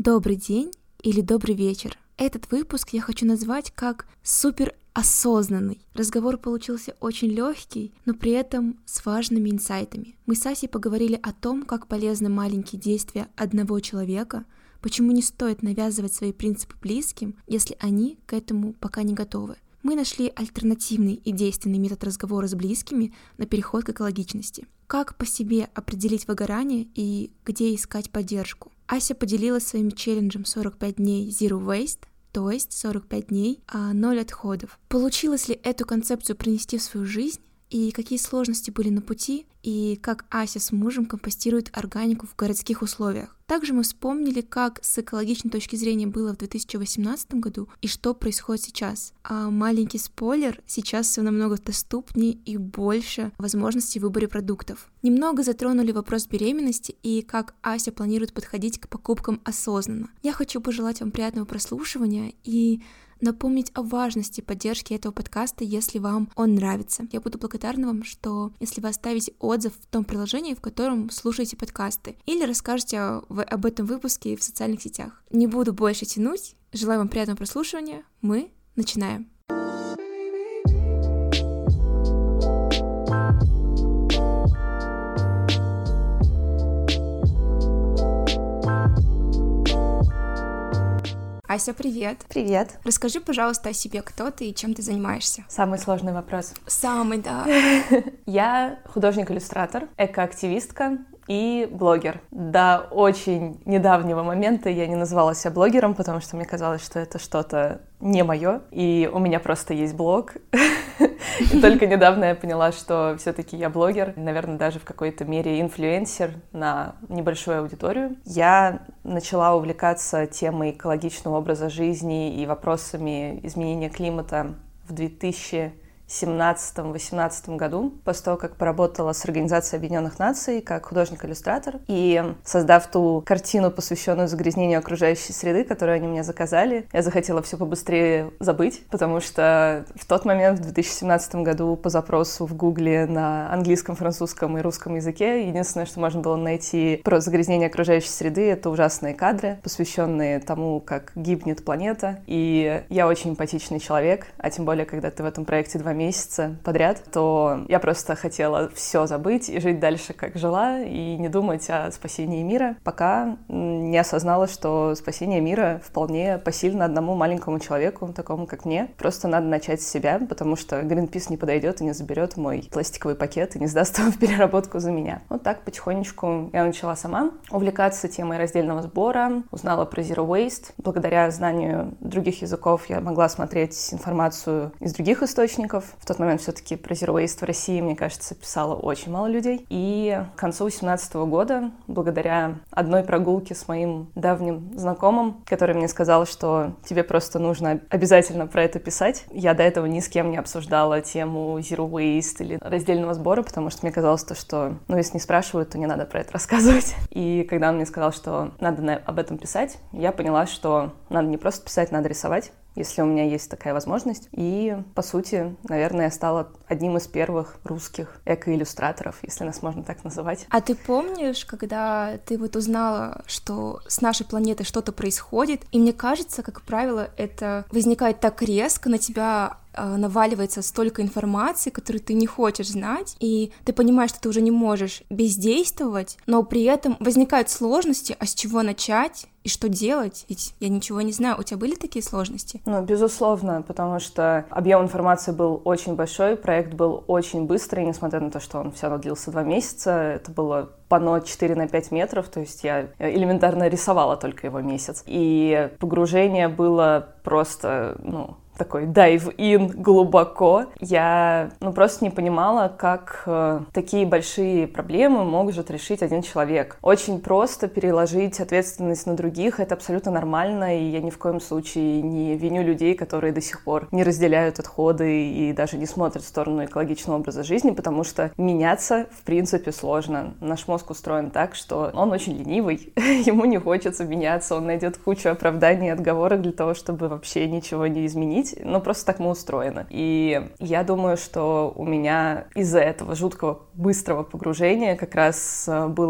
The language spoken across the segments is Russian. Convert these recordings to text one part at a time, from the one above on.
Добрый день или добрый вечер. Этот выпуск я хочу назвать как суперосознанный. Разговор получился очень легкий, но при этом с важными инсайтами. Мы с Асей поговорили о том, как полезны маленькие действия одного человека, почему не стоит навязывать свои принципы близким, если они к этому пока не готовы. Мы нашли альтернативный и действенный метод разговора с близкими на переход к экологичности. Как по себе определить выгорание и где искать поддержку. Ася поделилась своим челленджем 45 дней Zero Waste, то есть 45 дней, 0 отходов. Получилось ли эту концепцию принести в свою жизнь? И какие сложности были на пути, и как Ася с мужем компостирует органику в городских условиях. Также мы вспомнили, как с экологичной точки зрения было в 2018 году и что происходит сейчас. А маленький спойлер, сейчас все намного доступнее и больше возможностей в выборе продуктов. Немного затронули вопрос беременности и как Ася планирует подходить к покупкам осознанно. Я хочу пожелать вам приятного прослушивания и напомнить о важности поддержки этого подкаста, если вам он нравится. Я буду благодарна вам, что если вы оставите отзыв в том приложении, в котором слушаете подкасты, или расскажете об этом выпуске в социальных сетях. Не буду больше тянуть. Желаю вам приятного прослушивания. Мы начинаем. Ася, привет. Привет. Расскажи, пожалуйста, о себе, кто ты и чем ты занимаешься. Самый сложный вопрос. Самый, да. Я художник-иллюстратор, экоактивистка и блогер. До очень недавнего момента я не называла себя блогером, потому что мне казалось, что это что-то не мое, и у меня просто есть блог. И только недавно я поняла, что все-таки я блогер, наверное, даже в какой-то мере инфлюенсер на небольшую аудиторию. Я начала увлекаться темой экологичного образа жизни и вопросами изменения климата в 2017-2018 году, после того, как поработала с Организацией Объединенных Наций как художник-иллюстратор, и создав ту картину, посвященную загрязнению окружающей среды, которую они мне заказали, я захотела все побыстрее забыть, потому что в тот момент, в 2017 году, по запросу в Гугле на английском, французском и русском языке, единственное, что можно было найти про загрязнение окружающей среды, это ужасные кадры, посвященные тому, как гибнет планета. И я очень эмпатичный человек, а тем более, когда ты в этом проекте 2 месяца подряд, то я просто хотела все забыть и жить дальше, как жила, и не думать о спасении мира, пока не осознала, что спасение мира вполне посильно одному маленькому человеку, такому как мне. Просто надо начать с себя, потому что Greenpeace не подойдет и не заберет мой пластиковый пакет и не сдаст его в переработку за меня. Вот так потихонечку я начала сама увлекаться темой раздельного сбора, узнала про Zero Waste. Благодаря знанию других языков я могла смотреть информацию из других источников. В тот момент все-таки про Zero Waste в России, мне кажется, писало очень мало людей. И к концу 2018 года, благодаря одной прогулке с моим давним знакомым, который мне сказал, что тебе просто нужно обязательно про это писать, я до этого ни с кем не обсуждала тему Zero Waste или раздельного сбора, потому что мне казалось, что, если не спрашивают, то не надо про это рассказывать. И когда он мне сказал, что надо об этом писать, я поняла, что надо не просто писать, надо рисовать, если у меня есть такая возможность. И, по сути, наверное, я стала одним из первых русских эко-иллюстраторов, если нас можно так называть. А ты помнишь, когда ты узнала, что с нашей планетой что-то происходит, и мне кажется, как правило, это возникает так резко, на тебя наваливается столько информации, которую ты не хочешь знать, и ты понимаешь, что ты уже не можешь бездействовать, но при этом возникают сложности, а с чего начать и что делать? Ведь я ничего не знаю. У тебя были такие сложности? Безусловно, потому что объем информации был очень большой, проект был очень быстрый, несмотря на то, что он все равно длился 2 месяца, это было панно 4x5 метров, то есть я элементарно рисовала только его месяц, и погружение было просто, такой dive-in глубоко. Я просто не понимала, как такие большие проблемы может решить один человек. Очень просто переложить ответственность на других, это абсолютно нормально, и я ни в коем случае не виню людей, которые до сих пор не разделяют отходы и даже не смотрят в сторону экологичного образа жизни, потому что меняться, в принципе, сложно. Наш мозг устроен так, что он очень ленивый, ему не хочется меняться, он найдет кучу оправданий и отговорок для того, чтобы вообще ничего не изменить, но просто так мы устроены. И я думаю, что у меня из-за этого жуткого быстрого погружения как раз было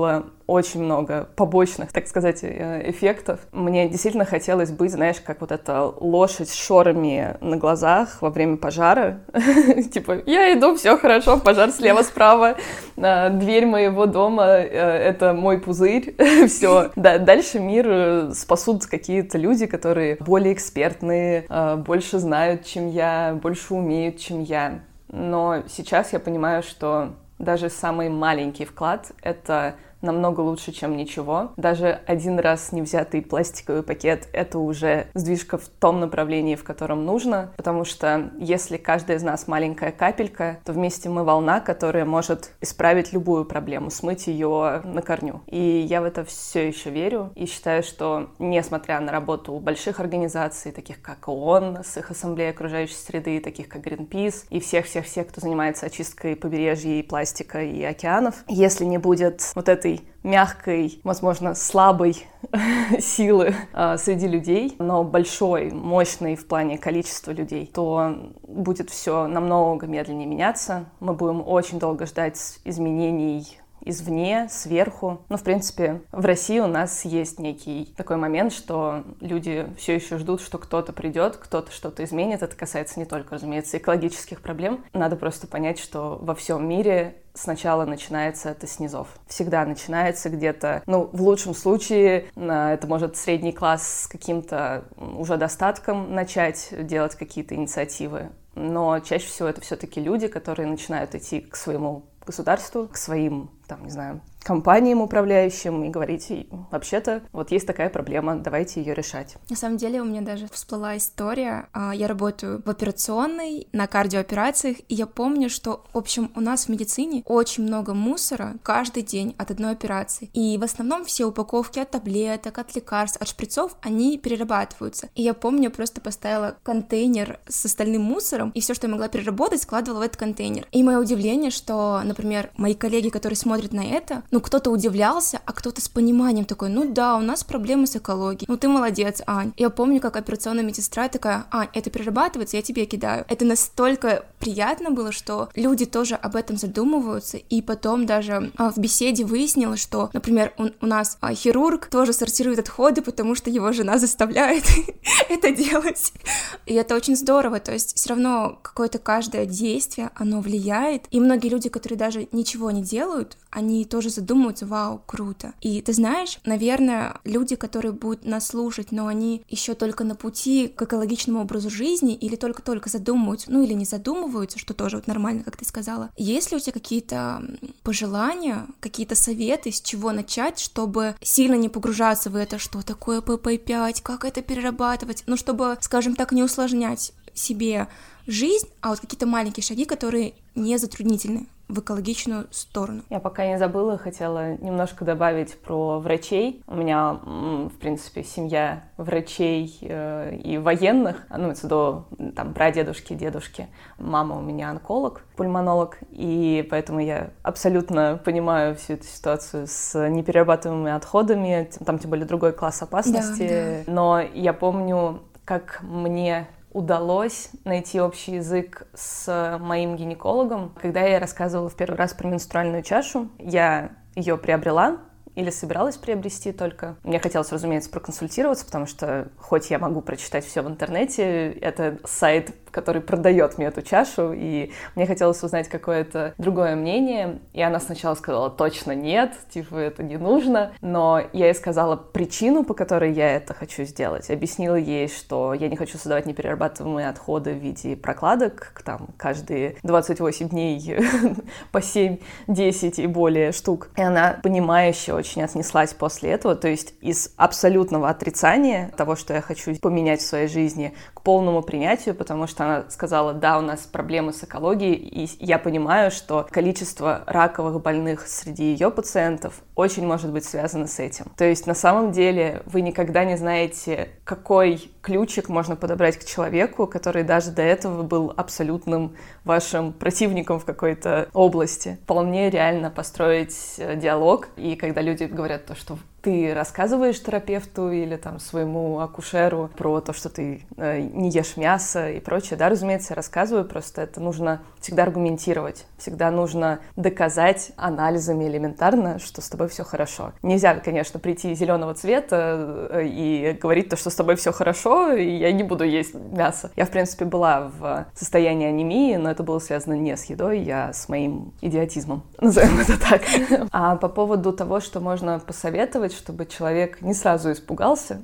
очень много побочных, так сказать, эффектов. Мне действительно хотелось быть, знаешь, как вот эта лошадь с шорами на глазах во время пожара. Типа, я иду, все хорошо, пожар слева-справа, дверь моего дома — это мой пузырь, все. Дальше мир спасут какие-то люди, которые более экспертные, больше знают, чем я, больше умеют, чем я. Но сейчас я понимаю, что даже самый маленький вклад — это намного лучше, чем ничего. Даже один раз не взятый пластиковый пакет — это уже сдвижка в том направлении, в котором нужно, потому что если каждая из нас маленькая капелька, то вместе мы волна, которая может исправить любую проблему, смыть ее на корню. И я в это все еще верю и считаю, что несмотря на работу больших организаций, таких как ООН с их ассамблеей окружающей среды, таких как Greenpeace и всех-всех-всех, кто занимается очисткой побережья и пластика и океанов, если не будет вот этой мягкой, возможно, слабой силы среди людей, но большой, мощной в плане количества людей, то будет все намного медленнее меняться. Мы будем очень долго ждать изменений извне, сверху. Ну, в принципе, в России у нас есть некий такой момент, что люди все еще ждут, что кто-то придет, кто-то что-то изменит. Это касается не только, разумеется, экологических проблем. Надо просто понять, что во всем мире сначала начинается это с низов. Всегда начинается где-то, ну, в лучшем случае, это может средний класс с каким-то уже достатком начать делать какие-то инициативы. Но чаще всего это все-таки люди, которые начинают идти к своему государству, к своим, там, не знаю, компаниям управляющим и говорить: вообще-то вот есть такая проблема, давайте ее решать. На самом деле у меня даже всплыла история. Я работаю в операционной, на кардиооперациях, и я помню, что, в общем, у нас в медицине очень много мусора каждый день от одной операции. И в основном все упаковки от таблеток, от лекарств, от шприцов, они перерабатываются. И я помню, просто поставила контейнер с остальным мусором, и все, что я могла переработать, складывала в этот контейнер. И мое удивление, что, например, мои коллеги, которые смотрят на это, ну, кто-то удивлялся, а кто-то с пониманием такой: ну да, у нас проблемы с экологией, ну ты молодец, Ань. Я помню, как операционная медсестра такая: Ань, это перерабатывается, я тебе кидаю. Это настолько приятно было, что люди тоже об этом задумываются, и потом даже в беседе выяснилось, что, например, у нас хирург тоже сортирует отходы, потому что его жена заставляет это делать. И это очень здорово, то есть все равно какое-то каждое действие, оно влияет, и многие люди, которые даже ничего не делают, они тоже задумываются: вау, круто. И ты знаешь, наверное, люди, которые будут нас слушать, но они еще только на пути к экологичному образу жизни или только-только задумываются, ну или не задумываются, что тоже вот нормально, как ты сказала. Есть ли у тебя какие-то пожелания, какие-то советы, с чего начать, чтобы сильно не погружаться в это, что такое ПП-5, как это перерабатывать, ну чтобы, скажем так, не усложнять себе жизнь, а вот какие-то маленькие шаги, которые не затруднительны в экологичную сторону. Я пока не забыла, хотела немножко добавить про врачей. У меня, в принципе, семья врачей и военных, ну, это до там прадедушки, дедушки. Мама у меня онколог, пульмонолог, и поэтому я абсолютно понимаю всю эту ситуацию с неперерабатываемыми отходами, там тем более другой класс опасности. Да. Но я помню, как мне удалось найти общий язык с моим гинекологом. Когда я рассказывала в первый раз про менструальную чашу, я ее приобрела или собиралась приобрести только. Мне хотелось, разумеется, проконсультироваться, потому что хоть я могу прочитать все в интернете, это сайт, который продает мне эту чашу, и мне хотелось узнать какое-то другое мнение. И она сначала сказала: точно нет, типа это не нужно. Но я ей сказала причину, по которой я это хочу сделать. Объяснила ей, что я не хочу создавать неперерабатываемые отходы в виде прокладок, там, каждые 28 дней по 7, 10 и более штук. И она понимающе очень отнеслась после этого, то есть из абсолютного отрицания того, что я хочу поменять в своей жизни, к полному принятию, потому что она сказала: да, у нас проблемы с экологией, и я понимаю, что количество раковых больных среди ее пациентов очень может быть связано с этим. То есть на самом деле вы никогда не знаете, какой ключик можно подобрать к человеку, который даже до этого был абсолютным вашим противником в какой-то области. Вполне реально построить диалог, и когда люди говорят то, что ты рассказываешь терапевту или там своему акушеру про то, что ты не ешь мясо и прочее. Да, разумеется, я рассказываю, просто это нужно всегда аргументировать, всегда нужно доказать анализами элементарно, что с тобой все хорошо. Нельзя, конечно, прийти зеленого цвета и говорить то, что с тобой все хорошо, и я не буду есть мясо. Я, в принципе, была в состоянии анемии, но это было связано не с едой, я с моим идиотизмом, назовем это так. А по поводу того, что можно посоветовать, чтобы человек не сразу испугался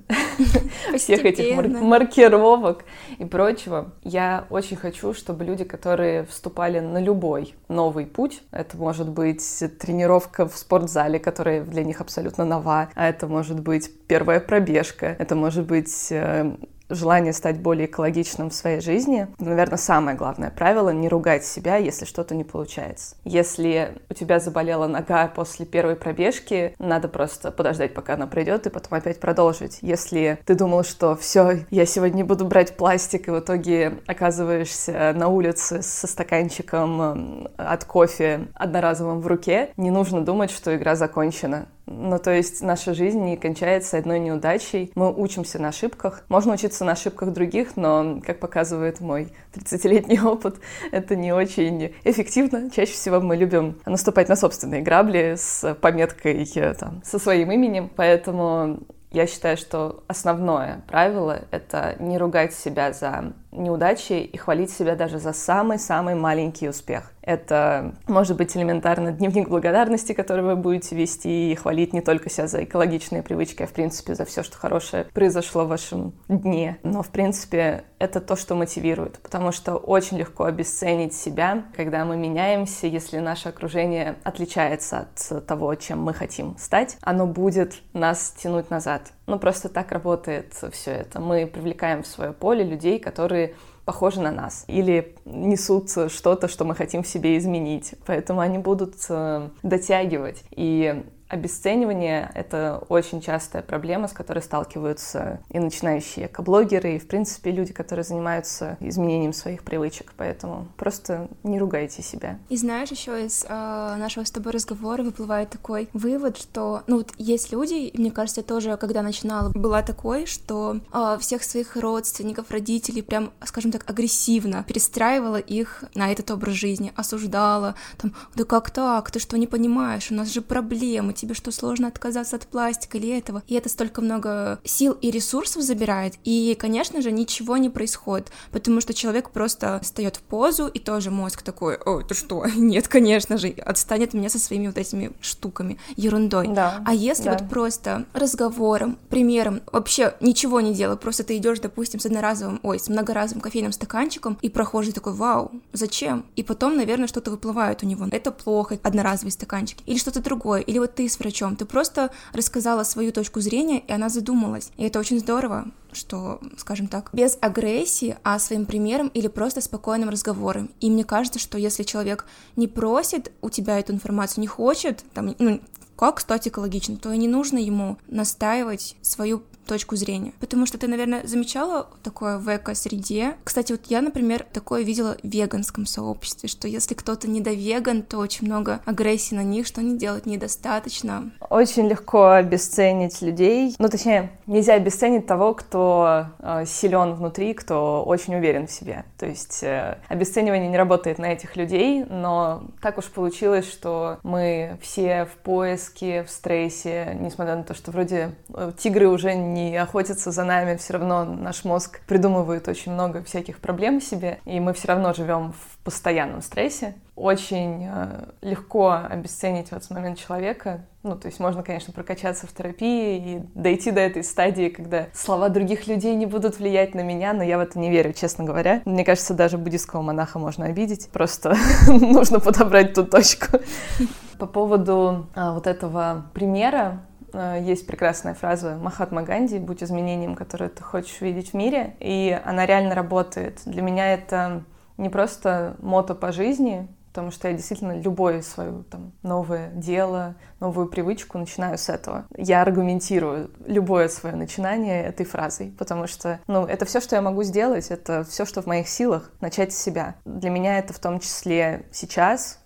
всех этих маркировок и прочего, я очень хочу, чтобы люди, которые вступали на любой новый путь, это может быть тренировка в спортзале, которая для них абсолютно нова, а это может быть первая пробежка, это может быть желание стать более экологичным в своей жизни. Наверное, самое главное правило — не ругать себя, если что-то не получается. Если у тебя заболела нога после первой пробежки, надо просто подождать, пока она пройдет, и потом опять продолжить. Если ты думал, что все, я сегодня не буду брать пластик, и в итоге оказываешься на улице со стаканчиком от кофе одноразовым в руке, не нужно думать, что игра закончена. Ну, то есть наша жизнь не кончается одной неудачей. Мы учимся на ошибках. Можно учиться на ошибках других, но, как показывает мой 30-летний опыт, это не очень эффективно. Чаще всего мы любим наступать на собственные грабли с пометкой там, со своим именем. Поэтому я считаю, что основное правило — это не ругать себя за неудачи и хвалить себя даже за самый-самый маленький успех. Это может быть элементарно дневник благодарности, который вы будете вести, и хвалить не только себя за экологичные привычки, а в принципе за все, что хорошее произошло в вашем дне. Но в принципе это то, что мотивирует, потому что очень легко обесценить себя, когда мы меняемся. Если наше окружение отличается от того, чем мы хотим стать, оно будет нас тянуть назад. Ну, просто так работает все это. Мы привлекаем в свое поле людей, которые похожи на нас или несут что-то, что мы хотим в себе изменить. Поэтому они будут дотягивать. И обесценивание — это очень частая проблема, с которой сталкиваются и начинающие экоблогеры, и, в принципе, люди, которые занимаются изменением своих привычек. Поэтому просто не ругайте себя. И знаешь, еще из нашего с тобой разговора выплывает такой вывод, что, ну, вот есть люди, и мне кажется, я тоже, когда начинала, была такой, что всех своих родственников, родителей прям, скажем так, агрессивно перестраивала их на этот образ жизни, осуждала, там, да как так, ты что, не понимаешь, у нас же проблемы, тебе что, сложно отказаться от пластика или этого? И это столько много сил и ресурсов забирает, и, конечно же, ничего не происходит, потому что человек просто встает в позу, и тоже мозг такой: ой, ты что? Нет, конечно же, отстанет от меня со своими вот этими штуками, ерундой. Да, а если вот просто разговором, примером, вообще ничего не делая, просто ты идешь, допустим, с многоразовым кофейным стаканчиком, и прохожий такой: вау, зачем? И потом, наверное, что-то выплывает у него. Это плохо, одноразовый стаканчик. Или что-то другое. Или вот ты с врачом. Ты просто рассказала свою точку зрения, и она задумалась. И это очень здорово, что, скажем так, без агрессии, а своим примером или просто спокойным разговором. И мне кажется, что если человек не просит у тебя эту информацию, не хочет, там, как стать экологичным, то и не нужно ему настаивать свою точку зрения. Потому что ты, наверное, замечала такое в эко-среде. Кстати, вот я, например, такое видела в веганском сообществе, что если кто-то недовеган, то очень много агрессии на них, что они делают недостаточно. Очень легко обесценить людей. Ну, точнее, нельзя обесценить того, кто силен внутри, кто очень уверен в себе. То есть обесценивание не работает на этих людей, но так уж получилось, что мы все в поиске, в стрессе, несмотря на то, что вроде тигры уже не охотятся за нами, все равно наш мозг придумывает очень много всяких проблем себе, и мы все равно живем в постоянном стрессе. Очень легко обесценить в этот момент человека. Ну, то есть можно, конечно, прокачаться в терапии и дойти до этой стадии, когда слова других людей не будут влиять на меня, но я в это не верю, честно говоря. Мне кажется, даже буддийского монаха можно обидеть. Просто нужно подобрать ту точку. По поводу вот этого примера, есть прекрасная фраза Махатма Ганди: «Будь изменением, которое ты хочешь видеть в мире», и она реально работает. Для меня это не просто мото по жизни, потому что я действительно любое свое там новое дело, новую привычку начинаю с этого. Я аргументирую любое свое начинание этой фразой, потому что, это все, что я могу сделать, это все, что в моих силах, начать с себя. Для меня это в том числе сейчас,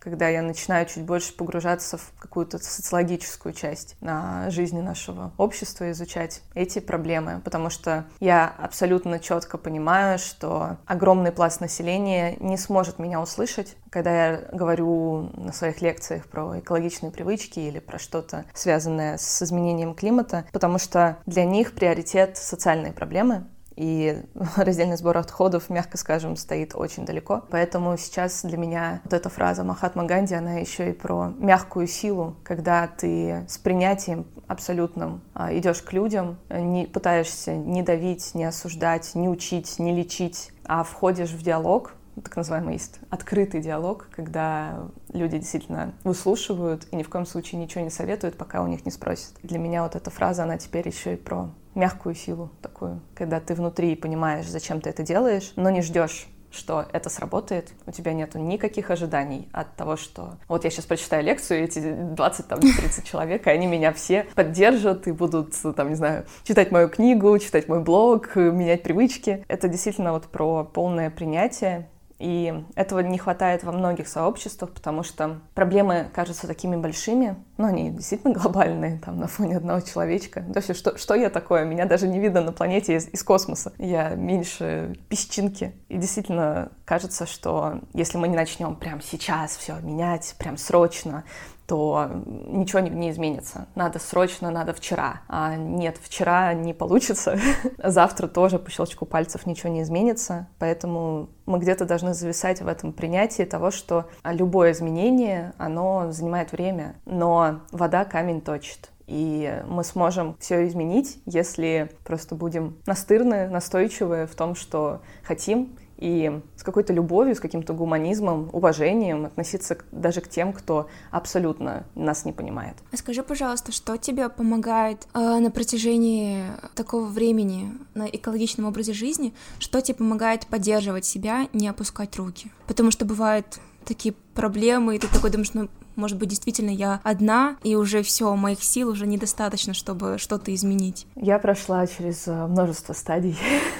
когда я начинаю чуть больше погружаться в какую-то социологическую часть жизни нашего общества, изучать эти проблемы, потому что я абсолютно четко понимаю, что огромный пласт населения не сможет меня услышать, когда я говорю на своих лекциях про экологичные привычки или про что-то связанное с изменением климата, потому что для них приоритет социальные проблемы, и раздельный сбор отходов, мягко скажем, стоит очень далеко. Поэтому сейчас для меня вот эта фраза Махатма Ганди, она еще и про мягкую силу, когда ты с принятием абсолютным идешь к людям, не пытаешься не давить, не осуждать, не учить, не лечить, а входишь в диалог, так называемый есть открытый диалог, когда люди действительно выслушивают и ни в коем случае ничего не советуют, пока у них не спросят. Для меня вот эта фраза, она теперь еще и про мягкую силу такую, когда ты внутри понимаешь, зачем ты это делаешь, но не ждешь, что это сработает, у тебя нету никаких ожиданий от того, что вот я сейчас прочитаю лекцию, и эти 20-30 человек, и они меня все поддержат и будут, там, не знаю, читать мою книгу, читать мой блог, менять привычки. Это действительно вот про полное принятие. И этого не хватает во многих сообществах, потому что проблемы кажутся такими большими, но они действительно глобальные, там, на фоне одного человечка. То есть что я такое? Меня даже не видно на планете из космоса. Я меньше песчинки. И действительно кажется, что если мы не начнем прямо сейчас все менять, прям срочно, то ничего не изменится. Надо срочно, надо вчера. А нет, вчера не получится. Завтра тоже по щелчку пальцев ничего не изменится. Поэтому мы где-то должны зависать в этом принятии того, что любое изменение, оно занимает время. Но вода камень точит. И мы сможем все изменить, если просто будем настырны, настойчивы в том, что хотим, и с какой-то любовью, с каким-то гуманизмом, уважением относиться даже к тем, кто абсолютно нас не понимает. А скажи, пожалуйста, что тебе помогает на протяжении такого времени на экологичном образе жизни, что тебе помогает поддерживать себя, не опускать руки? Потому что бывают такие проблемы, и ты такой думаешь, ну, может быть, действительно я одна, и уже все, моих сил уже недостаточно, чтобы что-то изменить. Я прошла через множество стадий.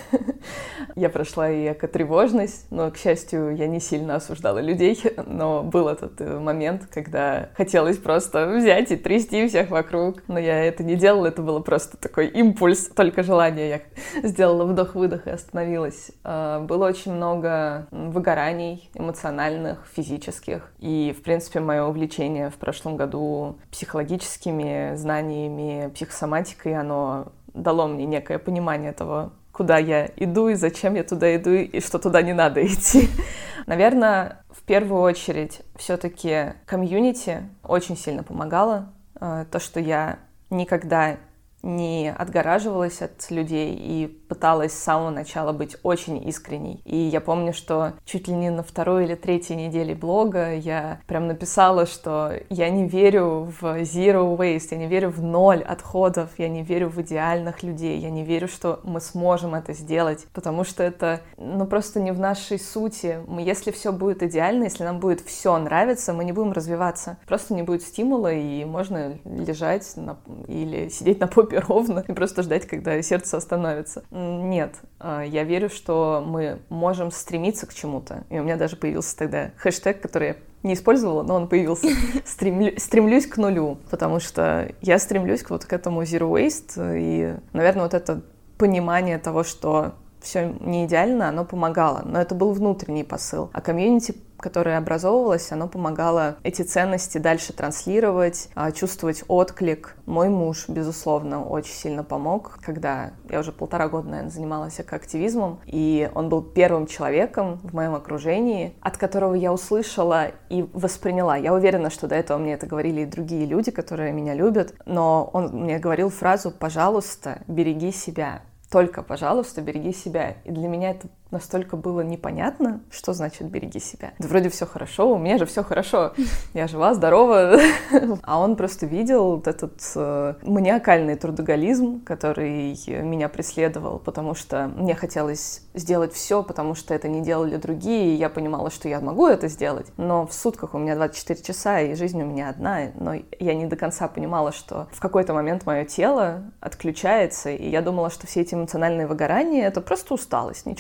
Я прошла и экотревожность, но, к счастью, я не сильно осуждала людей, но был этот момент, когда хотелось просто взять и трясти всех вокруг, но я это не делала, это было просто такой импульс, только желание. Я сделала вдох-выдох и остановилась. Было очень много выгораний эмоциональных, физических, и, в принципе, мое увлечение в прошлом году психологическими знаниями, психосоматикой, оно дало мне некое понимание того, куда я иду и зачем я туда иду, и что туда не надо идти. Наверное, в первую очередь все-таки комьюнити очень сильно помогало. То, что я никогда не отгораживалась от людей и пыталась с самого начала быть очень искренней. И я помню, что чуть ли не на 2-й или 3-й неделе блога я прям написала, что я не верю в zero waste, я не верю в 0 отходов, я не верю в идеальных людей, я не верю, что мы сможем это сделать, потому что это, просто не в нашей сути. Если все будет идеально, если нам будет все нравиться, мы не будем развиваться. Просто не будет стимула, и можно лежать или сидеть на попе ровно и просто ждать, когда сердце остановится. Нет, я верю, что мы можем стремиться к чему-то. И у меня даже появился тогда хэштег, который я не использовала, но он появился. Стремлюсь к нулю, потому что я стремлюсь к этому zero waste. И, наверное, вот это понимание того, что все не идеально, оно помогало. Но это был внутренний посыл. А комьюнити, которое образовывалось, оно помогало эти ценности дальше транслировать, чувствовать отклик. Мой муж, безусловно, очень сильно помог, когда я уже 1,5 года, наверное, занималась экоактивизмом, и он был первым человеком в моем окружении, от которого я услышала и восприняла. Я уверена, что до этого мне это говорили и другие люди, которые меня любят, но он мне говорил фразу «пожалуйста, береги себя». Только, пожалуйста, береги себя. И для меня это настолько было непонятно, что значит «береги себя». Да вроде все хорошо, у меня же все хорошо. Я жива, здорова. А он просто видел этот маниакальный трудоголизм, который меня преследовал, потому что мне хотелось сделать все, потому что это не делали другие, и я понимала, что я могу это сделать. Но в сутках у меня 24 часа, и жизнь у меня одна. Но я не до конца понимала, что в какой-то момент мое тело отключается, и я думала, что все эти эмоциональные выгорания — это просто усталость, ничего вообще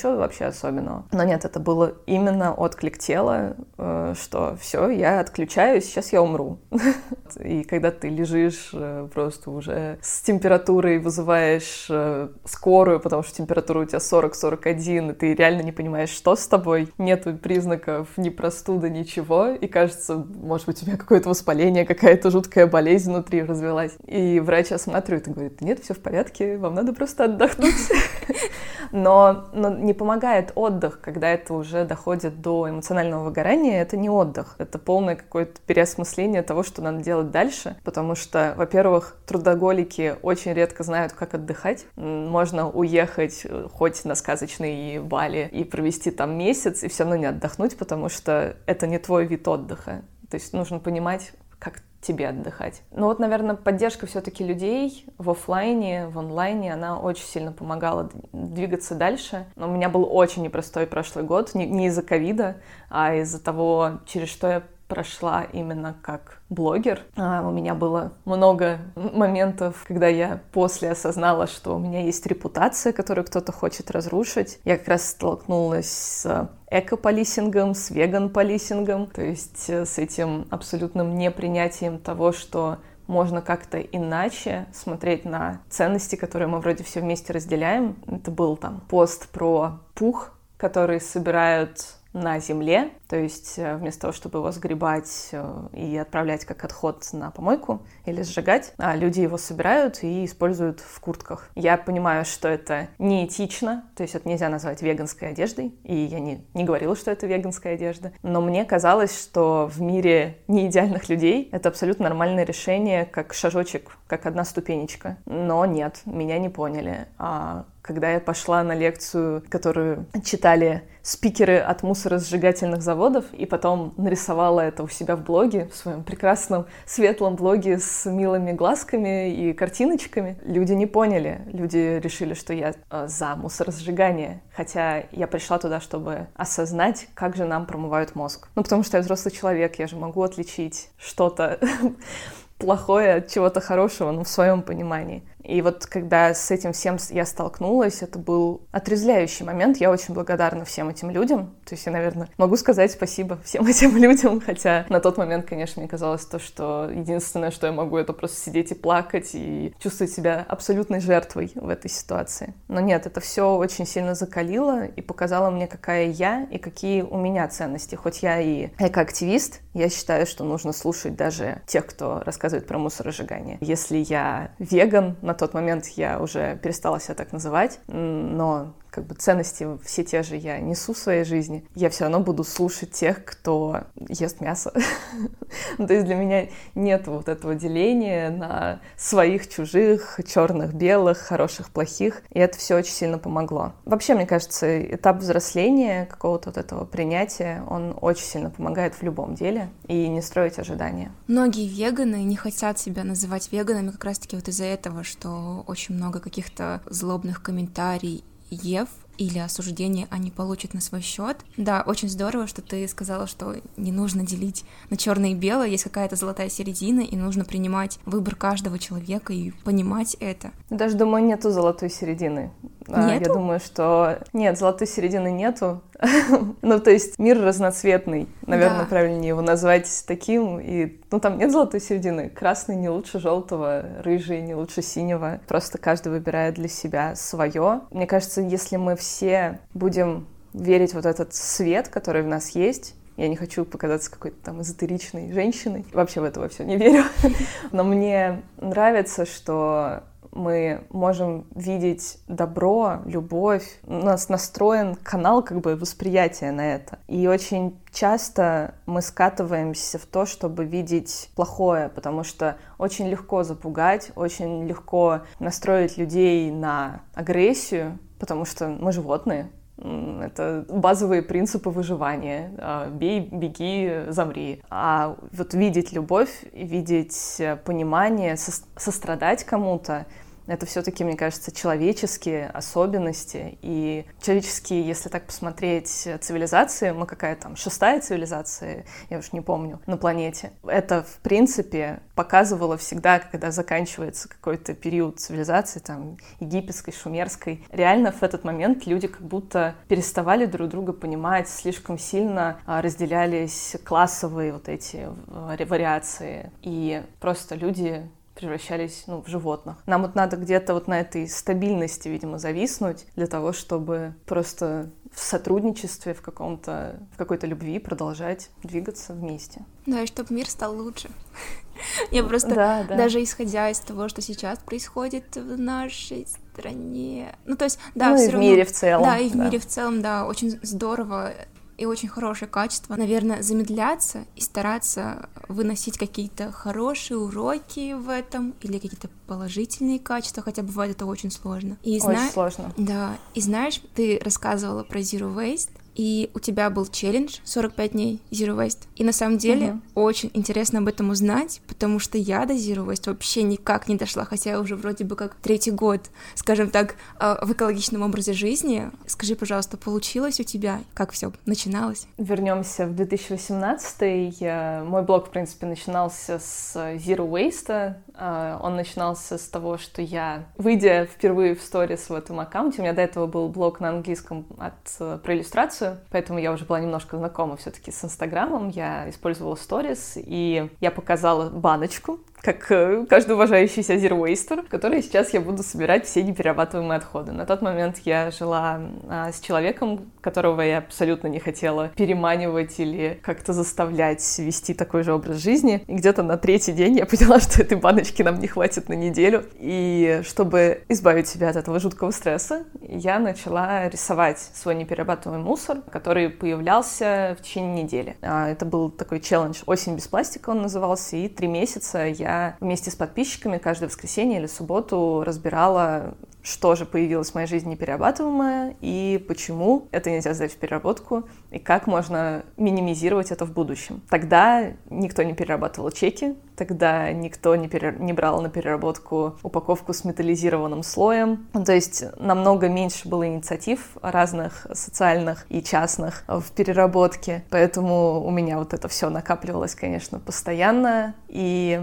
ничего особенного. Но нет, это было именно отклик тела, что все, я отключаюсь, сейчас я умру. И когда ты лежишь просто уже с температурой, вызываешь скорую, потому что температура у тебя 40-41, и ты реально не понимаешь, что с тобой, нету признаков ни простуды, ничего, и кажется, может быть, у меня какое-то воспаление, какая-то жуткая болезнь внутри развилась. И врач осматривает и говорит: нет, все в порядке, вам надо просто отдохнуть. Но не помогает отдых, когда это уже доходит до эмоционального выгорания, это не отдых, это полное какое-то переосмысление того, что надо делать дальше, потому что, во-первых, трудоголики очень редко знают, как отдыхать. Можно уехать хоть на сказочные Бали и провести там месяц, и все равно не отдохнуть, потому что это не твой вид отдыха. То есть нужно понимать, как тебе отдыхать. Но вот, наверное, поддержка все-таки людей в офлайне, в онлайне, она очень сильно помогала двигаться дальше. Но у меня был очень непростой прошлый год, не из-за ковида, а из-за того, через что я прошла именно как блогер. У меня было много моментов, когда я после осознала, что у меня есть репутация, которую кто-то хочет разрушить. Я как раз столкнулась с эко-полисингом, с веган-полисингом, то есть с этим абсолютным непринятием того, что можно как-то иначе смотреть на ценности, которые мы вроде все вместе разделяем. Это был там пост про пух, который собирают на земле, то есть вместо того, чтобы его сгребать и отправлять как отход на помойку или сжигать, люди его собирают и используют в куртках. Я понимаю, что это неэтично, то есть это нельзя назвать веганской одеждой, и я не говорила, что это веганская одежда, но мне казалось, что в мире неидеальных людей это абсолютно нормальное решение, как шажочек, как одна ступенечка. Но нет, меня не поняли. Когда я пошла на лекцию, которую читали спикеры от мусоросжигательных заводов, и потом нарисовала это у себя в блоге, в своем прекрасном светлом блоге с милыми глазками и картиночками, люди не поняли. Люди решили, что я за мусоросжигание. Хотя я пришла туда, чтобы осознать, как же нам промывают мозг. Потому что я взрослый человек, я же могу отличить что-то плохое от чего-то хорошего, в своем понимании. И вот когда с этим всем я столкнулась, это был отрезвляющий момент. Я очень благодарна всем этим людям. То есть я, наверное, могу сказать спасибо всем этим людям, хотя на тот момент, конечно, мне казалось то, что единственное, что я могу, это просто сидеть и плакать и чувствовать себя абсолютной жертвой в этой ситуации. Но нет, это все очень сильно закалило и показало мне, какая я и какие у меня ценности. Хоть я и экоактивист, я считаю, что нужно слушать даже тех, кто рассказывает про мусоросжигание. Если я веган, на тот момент я уже перестала себя так называть, но ценности все те же я несу в своей жизни, я все равно буду слушать тех, кто ест мясо. То есть для меня нет вот этого деления на своих, чужих, черных, белых, хороших, плохих, и это все очень сильно помогло. Вообще, мне кажется, этап взросления, какого-то вот этого принятия, он очень сильно помогает в любом деле, и не строить ожидания. Многие веганы не хотят себя называть веганами как раз-таки вот из-за этого, что очень много каких-то злобных комментариев или осуждения они получат на свой счет. Да, очень здорово, что ты сказала, что не нужно делить на черное и белое, есть какая-то золотая середина, и нужно принимать выбор каждого человека и понимать это. Даже, думаю, нету золотой середины. Нету? Я думаю, что нет, золотой середины нету. То есть мир разноцветный, наверное, правильнее его назвать таким. И, там нет золотой середины. Красный не лучше желтого, рыжий не лучше синего. Просто каждый выбирает для себя свое. Мне кажется, если мы все будем верить вот этот свет, который в нас есть, я не хочу показаться какой-то там эзотеричной женщиной, вообще в это во все не верю, но мне нравится, что мы можем видеть добро, любовь. У нас настроен канал восприятия на это. И очень часто мы скатываемся в то, чтобы видеть плохое, потому что очень легко запугать, очень легко настроить людей на агрессию, потому что мы животные. Это базовые принципы выживания. Бей, беги, замри. А вот видеть любовь, видеть понимание, сострадать кому-то, это все-таки, мне кажется, человеческие особенности. И человеческие, если так посмотреть, цивилизации, мы какая там 6-я цивилизация, я уж не помню, на планете. Это, в принципе, показывало всегда, когда заканчивается какой-то период цивилизации, там, египетской, шумерской. Реально в этот момент люди как будто переставали друг друга понимать, слишком сильно разделялись классовые вот эти вариации, и просто люди превращались, в животных. Нам вот надо где-то вот на этой стабильности, видимо, зависнуть для того, чтобы просто в сотрудничестве, в какой-то любви продолжать двигаться вместе. Да, и чтобы мир стал лучше. Я просто, даже исходя из того, что сейчас происходит в нашей стране, то есть, да, все равно... и в мире в целом. Да, и в мире в целом, да, очень здорово и очень хорошее качество. Наверное, замедляться и стараться выносить какие-то хорошие уроки в этом или какие-то положительные качества, хотя бывает это очень сложно. Очень сложно. Да, и знаешь, ты рассказывала про Zero Waste, и у тебя был челлендж 45 дней Zero Waste. И на самом деле очень интересно об этом узнать, потому что я до Zero Waste вообще никак не дошла, хотя я уже вроде бы как 3-й год, скажем так, в экологичном образе жизни. Скажи, пожалуйста, получилось у тебя? Как все начиналось? Вернемся в 2018. Мой блог, в принципе, начинался с Zero Waste. Он начинался с того, что я, выйдя впервые в сторис в этом аккаунте, у меня до этого был блог на английском про иллюстрацию, поэтому я уже была немножко знакома все-таки с Инстаграмом, я использовала сторис, и я показала баночку, как каждый уважающий себя Zero Waster, в которой сейчас я буду собирать все неперерабатываемые отходы. На тот момент я жила с человеком, которого я абсолютно не хотела переманивать или как-то заставлять вести такой же образ жизни. И где-то на 3-й день я поняла, что этой баночки нам не хватит на неделю. И чтобы избавить себя от этого жуткого стресса, я начала рисовать свой неперерабатываемый мусор, который появлялся в течение недели. Это был такой челлендж «Осень без пластика» он назывался, и 3 месяца я вместе с подписчиками каждое воскресенье или субботу разбирала, что же появилось в моей жизни неперерабатываемое и почему это нельзя сдать в переработку, и как можно минимизировать это в будущем. Тогда никто не перерабатывал чеки, тогда никто не брал на переработку упаковку с металлизированным слоем. То есть намного меньше было инициатив разных социальных и частных в переработке, поэтому у меня вот это все накапливалось, конечно, постоянно, и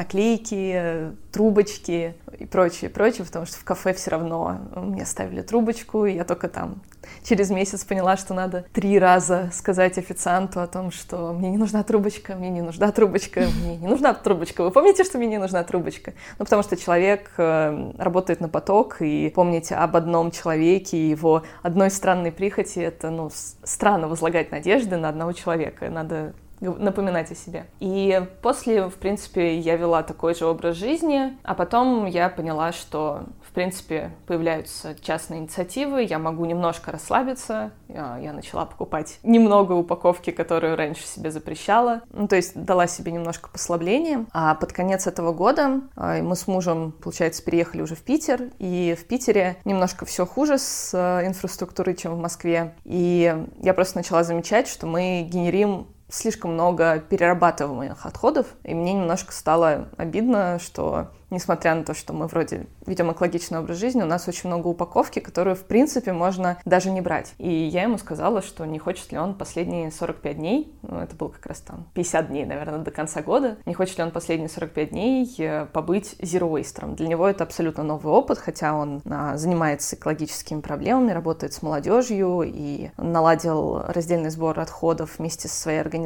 наклейки, трубочки и прочее, потому что в кафе все равно мне ставили трубочку, и я только там через месяц поняла, что надо 3 раза сказать официанту о том, что мне не нужна трубочка, мне не нужна трубочка, мне не нужна трубочка. Вы помните, что мне не нужна трубочка? Потому что человек работает на поток, и помнить об одном человеке и его одной странной прихоти — это, странно возлагать надежды на одного человека. Надо напоминать о себе. И после, в принципе, я вела такой же образ жизни, а потом я поняла, что, в принципе, появляются частные инициативы, я могу немножко расслабиться, я начала покупать немного упаковки, которую раньше себе запрещала, то есть дала себе немножко послабления. А под конец этого года мы с мужем, получается, переехали уже в Питер, и в Питере немножко все хуже с инфраструктурой, чем в Москве, и я просто начала замечать, что мы генерим слишком много перерабатываемых отходов, и мне немножко стало обидно, что, несмотря на то, что мы вроде ведем экологичный образ жизни, у нас очень много упаковки, которую, в принципе, можно даже не брать. И я ему сказала, что не хочет ли он последние 45 дней, это было как раз там 50 дней, наверное, до конца года, не хочет ли он последние 45 дней побыть zero-waster'ом. Для него это абсолютно новый опыт, хотя он занимается экологическими проблемами, работает с молодежью и наладил раздельный сбор отходов вместе со своей организацией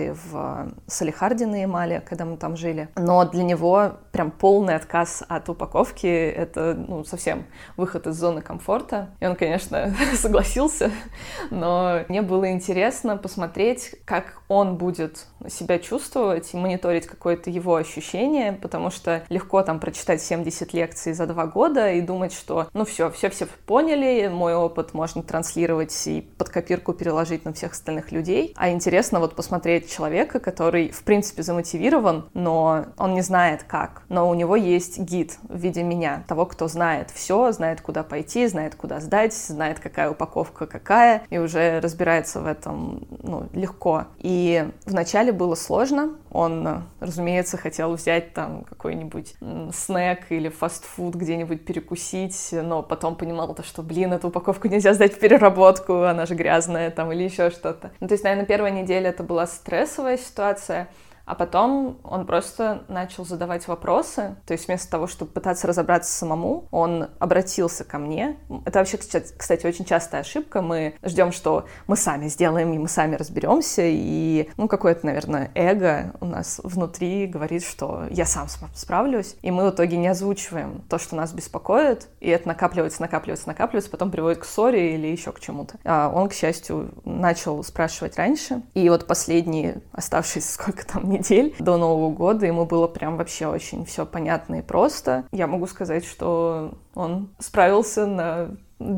в Салехарде на Ямале, когда мы там жили. Но для него прям полный отказ от упаковки — это, совсем выход из зоны комфорта. И он, конечно, согласился, но мне было интересно посмотреть, как он будет себя чувствовать и мониторить какое-то его ощущение, потому что легко там прочитать 70 лекций за 2 года и думать, что, все поняли, мой опыт можно транслировать и под копирку переложить на всех остальных людей. А интересно посмотреть человека, который, в принципе, замотивирован, но он не знает как. Но у него есть гид в виде меня, того, кто знает все, знает, куда пойти, знает, куда сдать, знает, какая упаковка какая, и уже разбирается в этом, легко. И вначале вначале было сложно. Он, разумеется, хотел взять там какой-нибудь снэк или фастфуд где-нибудь перекусить, но потом понимал, что, эту упаковку нельзя сдать в переработку, она же грязная там или еще что-то. То есть, наверное, первая неделя это была стрессовая ситуация. А потом он просто начал задавать вопросы. То есть вместо того, чтобы пытаться разобраться самому, он обратился ко мне. Это вообще, кстати, очень частая ошибка. Мы ждем, что мы сами сделаем, и мы сами разберемся. И, какое-то, наверное, эго у нас внутри говорит, что я сам справлюсь. И мы в итоге не озвучиваем то, что нас беспокоит. И это накапливается, потом приводит к ссоре или еще к чему-то. А он, к счастью, начал спрашивать раньше. И вот последние оставшиеся сколько там недель до Нового года ему было прям вообще очень все понятно и просто. Я могу сказать, что он справился на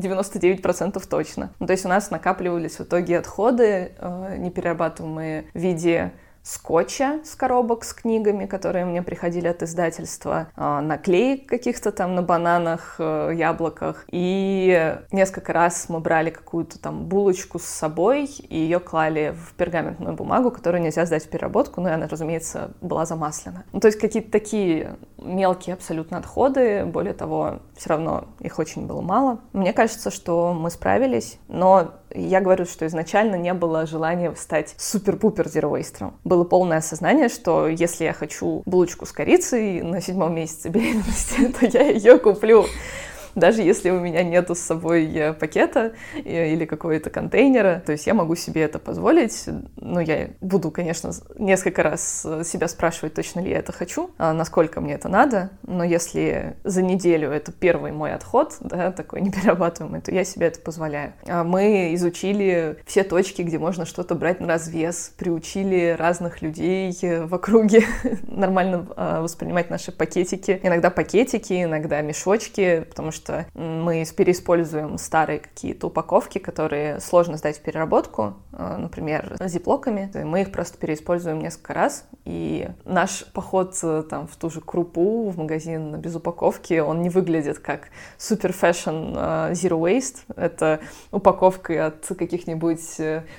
99% точно. То есть у нас накапливались в итоге отходы, неперерабатываемые в виде скотча с коробок с книгами, которые мне приходили от издательства, наклеек каких-то там на бананах, яблоках. И несколько раз мы брали какую-то там булочку с собой и ее клали в пергаментную бумагу, которую нельзя сдать в переработку, и она, разумеется, была замаслена. То есть какие-то такие мелкие абсолютно отходы, более того, все равно их очень было мало. Мне кажется, что мы справились, но я говорю, что изначально не было желания стать супер-пупер зеро-вейстером. Было полное осознание, что если я хочу булочку с корицей на 7-м месяце беременности, то я ее куплю. Даже если у меня нету с собой пакета или какого-то контейнера, то есть я могу себе это позволить. Я буду, конечно, несколько раз себя спрашивать, точно ли я это хочу, насколько мне это надо. Но если за неделю это первый мой отход, такой неперерабатываемый, то я себе это позволяю. Мы изучили все точки, где можно что-то брать на развес, приучили разных людей в округе нормально воспринимать наши пакетики. Иногда пакетики, иногда мешочки, потому что мы переиспользуем старые какие-то упаковки, которые сложно сдать в переработку, например, зиплоками. Мы их просто переиспользуем несколько раз. И наш поход там, в ту же крупу, в магазин без упаковки, он не выглядит как супер фэшн zero waste. Это упаковка от каких-нибудь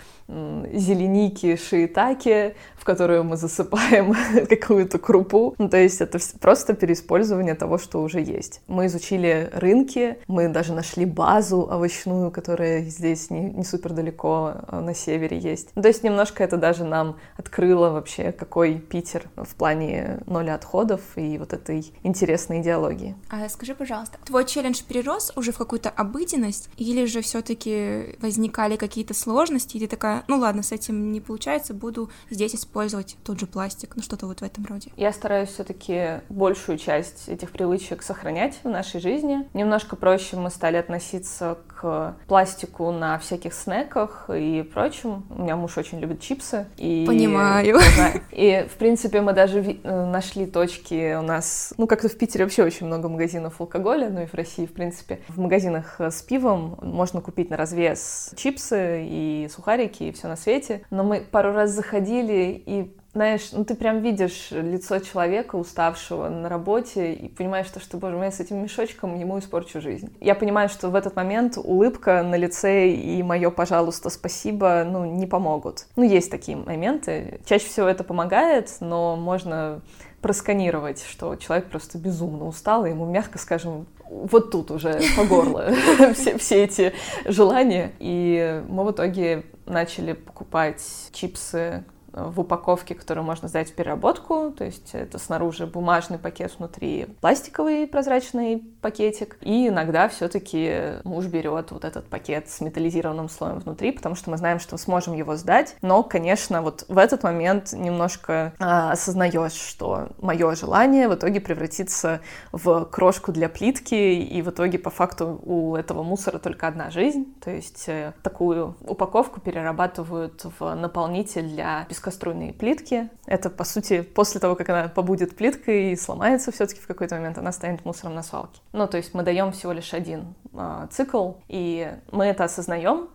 зеленики, шиитаке, в которую мы засыпаем какую-то крупу. То есть это просто переиспользование того, что уже есть. Мы изучили рынки, мы даже нашли базу овощную, которая здесь не супер далеко на севере есть. То есть немножко это даже нам открыло вообще, какой Питер в плане нуля отходов и вот этой интересной идеологии. А скажи, пожалуйста, твой челлендж перерос уже в какую-то обыденность, или же все-таки возникали какие-то сложности, и ты такая, ладно, с этим не получается, буду здесь использовать тот же пластик, что-то вот в этом роде. Я стараюсь все-таки большую часть этих привычек сохранять в нашей жизни. Немножко проще мы стали относиться к пластику на всяких снеках и прочем. У меня муж очень любит чипсы. Понимаю. И, в принципе, мы даже нашли точки у нас, как-то в Питере вообще очень много магазинов алкоголя, и в России, в принципе. В магазинах с пивом можно купить на развес чипсы и сухарики, и все на свете. Но мы пару раз заходили, и знаешь, ты прям видишь лицо человека, уставшего на работе, и понимаешь, что, боже мой, я с этим мешочком ему испорчу жизнь. Я понимаю, что в этот момент улыбка на лице и мое «пожалуйста, спасибо» не помогут. Есть такие моменты. Чаще всего это помогает, но можно просканировать, что человек просто безумно устал, и ему, мягко скажем, вот тут уже по горло все эти желания. И мы в итоге начали покупать чипсы в упаковке, которую можно сдать в переработку, то есть это снаружи бумажный пакет, внутри пластиковый прозрачный пакетик, и иногда все-таки муж берет вот этот пакет с металлизированным слоем внутри, потому что мы знаем, что сможем его сдать, но, конечно, вот в этот момент немножко осознаешь, что мое желание в итоге превратится в крошку для плитки, и в итоге по факту у этого мусора только одна жизнь, то есть такую упаковку перерабатывают в наполнитель для пескоструйные плитки. Это, по сути, после того, как она побудет плиткой и сломается все-таки в какой-то момент, она станет мусором на свалке. То есть мы даем всего лишь один цикл, и мы это осознаем,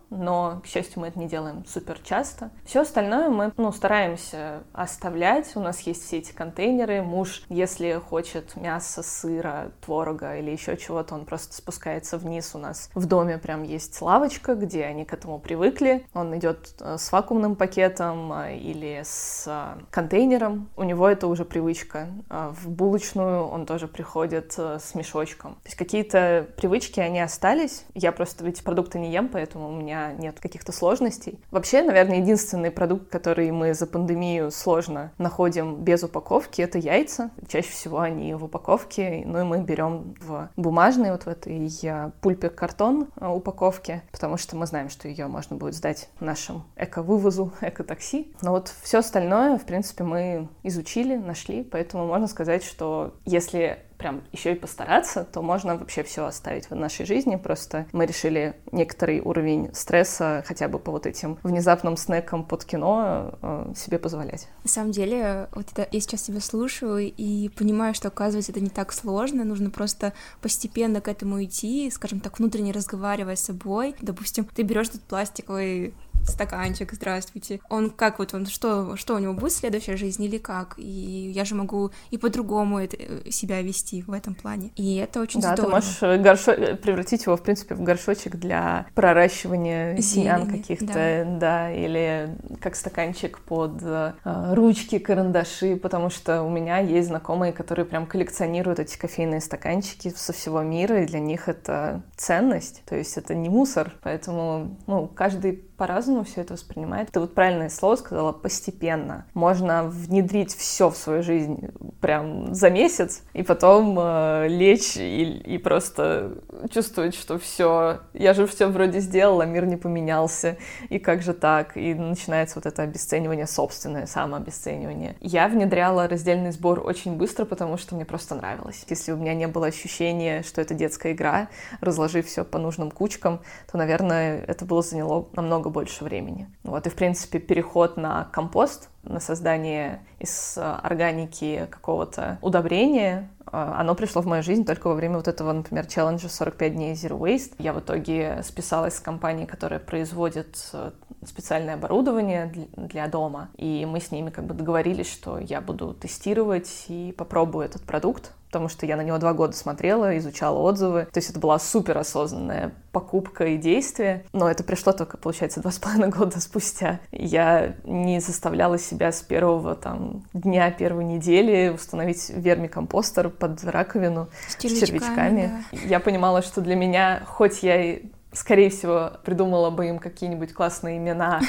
но, к счастью, мы это не делаем супер часто. Все остальное мы, стараемся оставлять. У нас есть все эти контейнеры. Муж, если хочет мяса, сыра, творога или еще чего-то, он просто спускается вниз. У нас в доме прям есть лавочка, где они к этому привыкли. Он идет с вакуумным пакетом или с контейнером. У него это уже привычка. В булочную он тоже приходит с мешочком. То есть какие-то привычки, они остались. Я просто эти продукты не ем, поэтому у меня нет каких-то сложностей. Вообще, наверное, единственный продукт, который мы за пандемию сложно находим без упаковки, это яйца. Чаще всего они в упаковке, и мы берем в бумажной вот в этой пульпе картон упаковке, потому что мы знаем, что ее можно будет сдать нашим эко-вывозу, эко-такси. Но вот все остальное, в принципе, мы изучили, нашли, поэтому можно сказать, что если прям еще и постараться, то можно вообще все оставить в нашей жизни. Просто мы решили некоторый уровень стресса хотя бы по вот этим внезапным снекам под кино себе позволять. На самом деле, вот это, я сейчас тебя слушаю и понимаю, что, оказывается, это не так сложно, нужно просто постепенно к этому идти, скажем так, внутренне разговаривая с собой. Допустим, ты берешь этот пластиковый стаканчик, здравствуйте. Он как вот, он что у него будет следующая жизнь или как? И я же могу и по-другому себя вести в этом плане. И это очень здорово. Да, ты можешь превратить его, в принципе, в горшочек для проращивания семян каких-то, да, или как стаканчик под ручки, карандаши, потому что у меня есть знакомые, которые прям коллекционируют эти кофейные стаканчики со всего мира, и для них это ценность, то есть это не мусор, поэтому, каждый по-разному все это воспринимает. Ты вот правильное слово сказала, постепенно. Можно внедрить все в свою жизнь прям за месяц, и потом лечь и просто чувствовать, что все, я же все вроде сделала, мир не поменялся, и как же так? И начинается вот это обесценивание собственное, самообесценивание. Я внедряла раздельный сбор очень быстро, потому что мне просто нравилось. Если у меня не было ощущения, что это детская игра, разложив все по нужным кучкам, то, наверное, это было заняло намного больше времени. Вот, и, в принципе, переход на компост, на создание из органики какого-то удобрения, оно пришло в мою жизнь только во время вот этого, например, челленджа 45 дней Zero Waste. Я в итоге списалась с компанией, которая производит специальное оборудование для дома, и мы с ними как бы договорились, что я буду тестировать и попробую этот продукт, потому что я на него 2 года смотрела, изучала отзывы. То есть это была суперосознанная покупка и действие, но это пришло только, получается, 2,5 года спустя. Я не заставляла себя с первого дня, первой недели установить вермикомпостер под раковину с червячками. Да. Я понимала, что для меня, хоть я и скорее всего, придумала бы им какие-нибудь классные имена.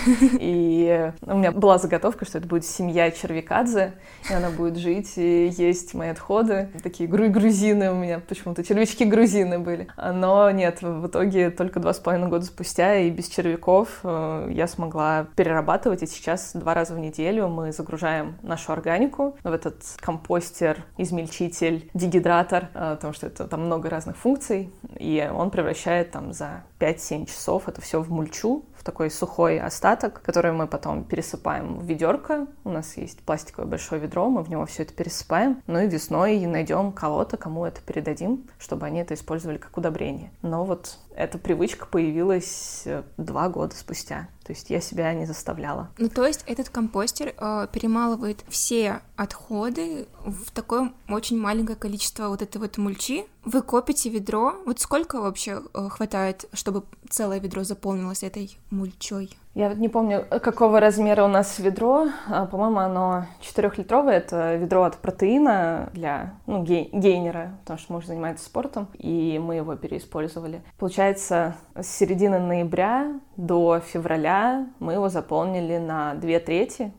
И у меня была заготовка, что это будет семья Червякадзе, и она будет жить и есть мои отходы. Такие грузины у меня, почему-то червячки-грузины были. Но нет, в итоге только 2,5 года спустя и без червяков я смогла перерабатывать. И сейчас 2 раза в неделю мы загружаем нашу органику в этот компостер, измельчитель, дегидратор, потому что это там много разных функций, и он превращает за 5-7 часов это все в мульчу, в такой сухой остаток, который мы потом пересыпаем в ведерко. У нас есть пластиковое большое ведро, мы в него все это пересыпаем. Ну и весной найдем кого-то, кому это передадим, чтобы они это использовали как удобрение. Но вот эта привычка появилась 2 года спустя. То есть я себя не заставляла. То есть этот компостер перемалывает все отходы в такое очень маленькое количество вот этой вот мульчи. Вы копите ведро. Вот сколько вообще хватает, чтобы целое ведро заполнилось этой мульчой? Я вот не помню, какого размера у нас ведро. По-моему, оно 4-литровое. Это ведро от протеина для гейнера, потому что муж занимается спортом, и мы его переиспользовали. Получается, с середины ноября до февраля мы его заполнили на 2/3.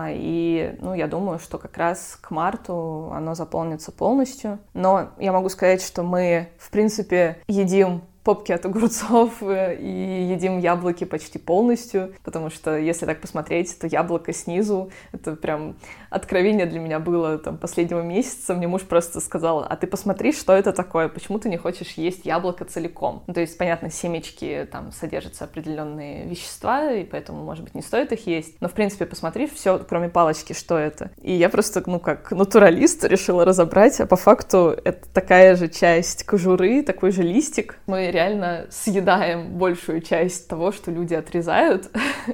И я думаю, что как раз к марту оно заполнится полностью. Но я могу сказать, что мы, в принципе, едим попки от огурцов и едим яблоки почти полностью, потому что, если так посмотреть, то яблоко снизу, это прям откровение для меня было последнего месяца. Мне муж просто сказал: а ты посмотри, что это такое, почему ты не хочешь есть яблоко целиком? То есть, понятно, семечки, там содержатся определенные вещества, и поэтому, может быть, не стоит их есть, но, в принципе, посмотри все, кроме палочки, что это. И я просто, как натуралист, решила разобрать, а по факту это такая же часть кожуры, такой же листик. Мы реально съедаем большую часть того, что люди отрезают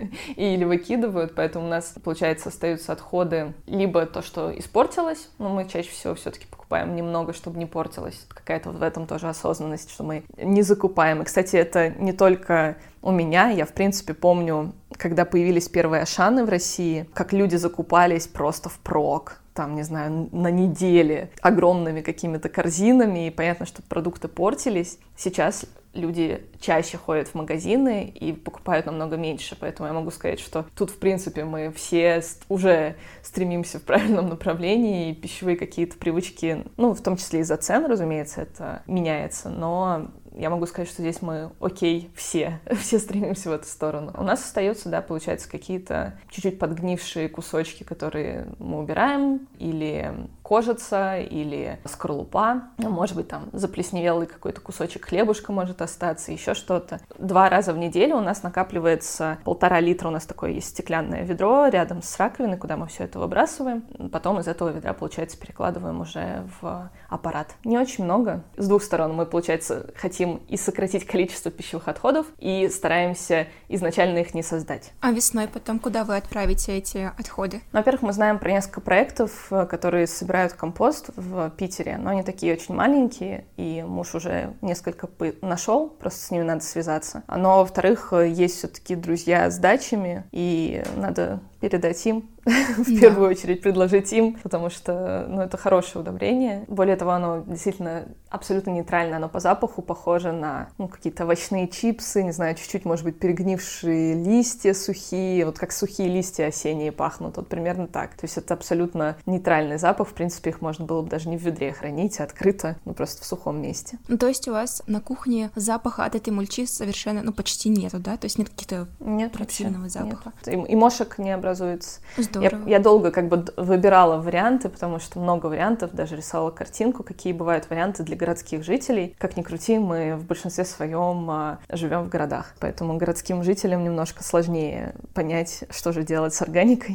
или выкидывают, поэтому у нас, получается, остаются отходы либо то, что испортилось, но мы чаще всего все-таки покупаем немного, чтобы не портилось. Какая-то вот в этом тоже осознанность, что мы не закупаем. И, кстати, это не только у меня. Я, в принципе, помню, когда появились первые Ашаны в России, как люди закупались просто впрок, там, не знаю, на неделе огромными какими-то корзинами, и понятно, что продукты портились. Сейчас люди чаще ходят в магазины и покупают намного меньше, поэтому я могу сказать, что тут, в принципе, мы все уже стремимся в правильном направлении, и пищевые какие-то привычки, ну, в том числе из-за цен, разумеется, это меняется, но я могу сказать, что здесь мы окей, все стремимся в эту сторону. У нас остаются, да, получается, какие-то чуть-чуть подгнившие кусочки, которые мы убираем, или кожица, или скорлупа, может быть, там заплесневелый какой-то кусочек хлебушка может остаться, еще что-то. 2 раза в неделю у нас накапливается 1,5 литра, у нас такое есть стеклянное ведро рядом с раковиной, куда мы все это выбрасываем. Потом из этого ведра, получается, перекладываем уже в аппарат. Не очень много. С 2 сторон мы, получается, хотим и сократить количество пищевых отходов, и стараемся изначально их не создать. А весной потом куда вы отправите эти отходы? Во-первых, мы знаем про несколько проектов, которые собирают компост в Питере, но они такие очень маленькие, и муж уже несколько нашел, просто с ними надо связаться. Но, во-вторых, есть все-таки друзья с дачами, и надо передать им, в первую очередь предложить им, потому что, ну, это хорошее удобрение. Более того, оно действительно абсолютно нейтральное, оно по запаху похоже на, ну, какие-то овощные чипсы, не знаю, чуть-чуть, может быть, перегнившие листья сухие, вот как сухие листья осенние пахнут, вот примерно так. То есть это абсолютно нейтральный запах, в принципе, их можно было бы даже не в ведре хранить, а открыто, ну, просто в сухом месте. Ну, то есть у вас на кухне запаха от этой мульчи совершенно, ну, почти нету, да? То есть нет каких-то противного запаха? Нет. И мошек не образуется. Здорово. Я долго как бы выбирала варианты, потому что много вариантов, даже рисовала картинку, какие бывают варианты для городских жителей. Как ни крути, мы в большинстве своем живем в городах, поэтому городским жителям немножко сложнее понять, что же делать с органикой.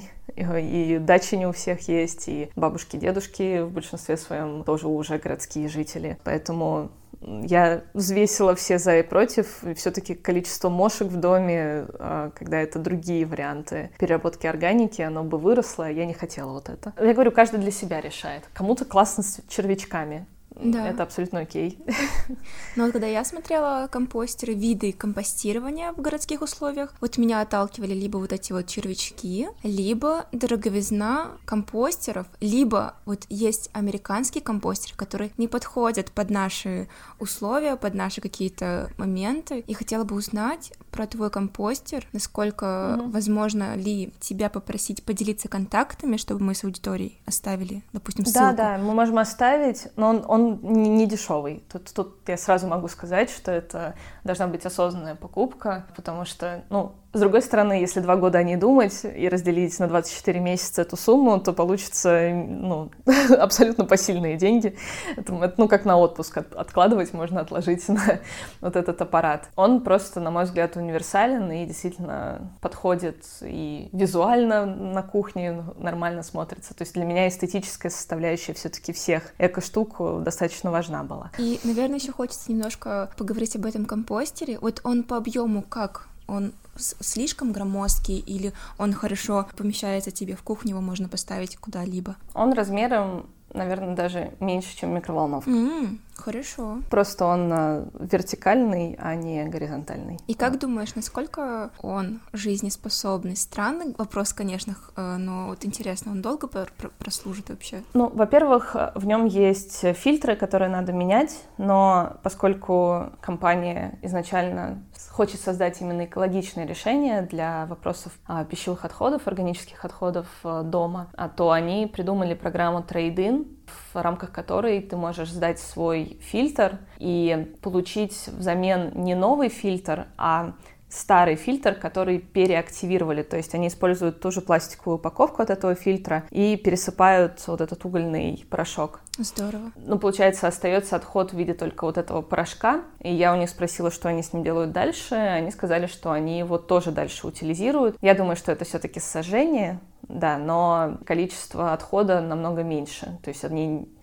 И дачи не у всех есть, и бабушки, дедушки в большинстве своем тоже уже городские жители, поэтому я взвесила все за и против, и все-таки количество мошек в доме, когда это другие варианты переработки органики, оно бы выросло, я не хотела вот это. Я говорю, каждый для себя решает. Кому-то классно с червячками. Да. Это абсолютно окей. Но вот когда я смотрела компостеры, виды компостирования в городских условиях, вот меня отталкивали либо вот эти вот червячки, либо дороговизна компостеров, либо вот есть американские компостеры, которые не подходят под наши условия, под наши какие-то моменты. И хотела бы узнать про твой компостер, насколько возможно ли тебя попросить поделиться контактами, чтобы мы с аудиторией оставили, допустим, ссылку. Да, мы можем оставить, но он не дешевый. Тут я сразу могу сказать, что это должна быть осознанная покупка, потому что, ну, с другой стороны, если 2 года о ней думать и разделить на 24 месяца эту сумму, то получится, ну, абсолютно посильные деньги. Это, ну, как на отпуск откладывать, можно отложить на вот этот аппарат. Он просто, на мой взгляд, универсален и действительно подходит и визуально на кухне нормально смотрится. То есть для меня эстетическая составляющая все-таки всех эко-штук достаточно важна была. И, наверное, еще хочется немножко поговорить об этом компостере. Вот он по объему как? Он слишком громоздкий или он хорошо помещается тебе в кухню, его можно поставить куда-либо? Он размером, наверное, даже меньше, чем микроволновка. Хорошо. Просто он вертикальный, а не горизонтальный. И как думаешь, насколько он жизнеспособный? Странный вопрос, конечно, но вот интересно, он долго прослужит вообще? Ну, во-первых, в нем есть фильтры, которые надо менять, но поскольку компания изначально хочет создать именно экологичное решение для вопросов пищевых отходов, органических отходов дома, то они придумали программу Trade-in, в рамках которой ты можешь сдать свой фильтр и получить взамен не новый фильтр, а старый фильтр, который переактивировали, то есть они используют ту же пластиковую упаковку от этого фильтра и пересыпают вот этот угольный порошок. Здорово. Ну, получается, остается отход в виде только вот этого порошка, и я у них спросила, что они с ним делают дальше, они сказали, что они его тоже дальше утилизируют. Я думаю, что это все-таки сожжение, да, но количество отхода намного меньше, то есть они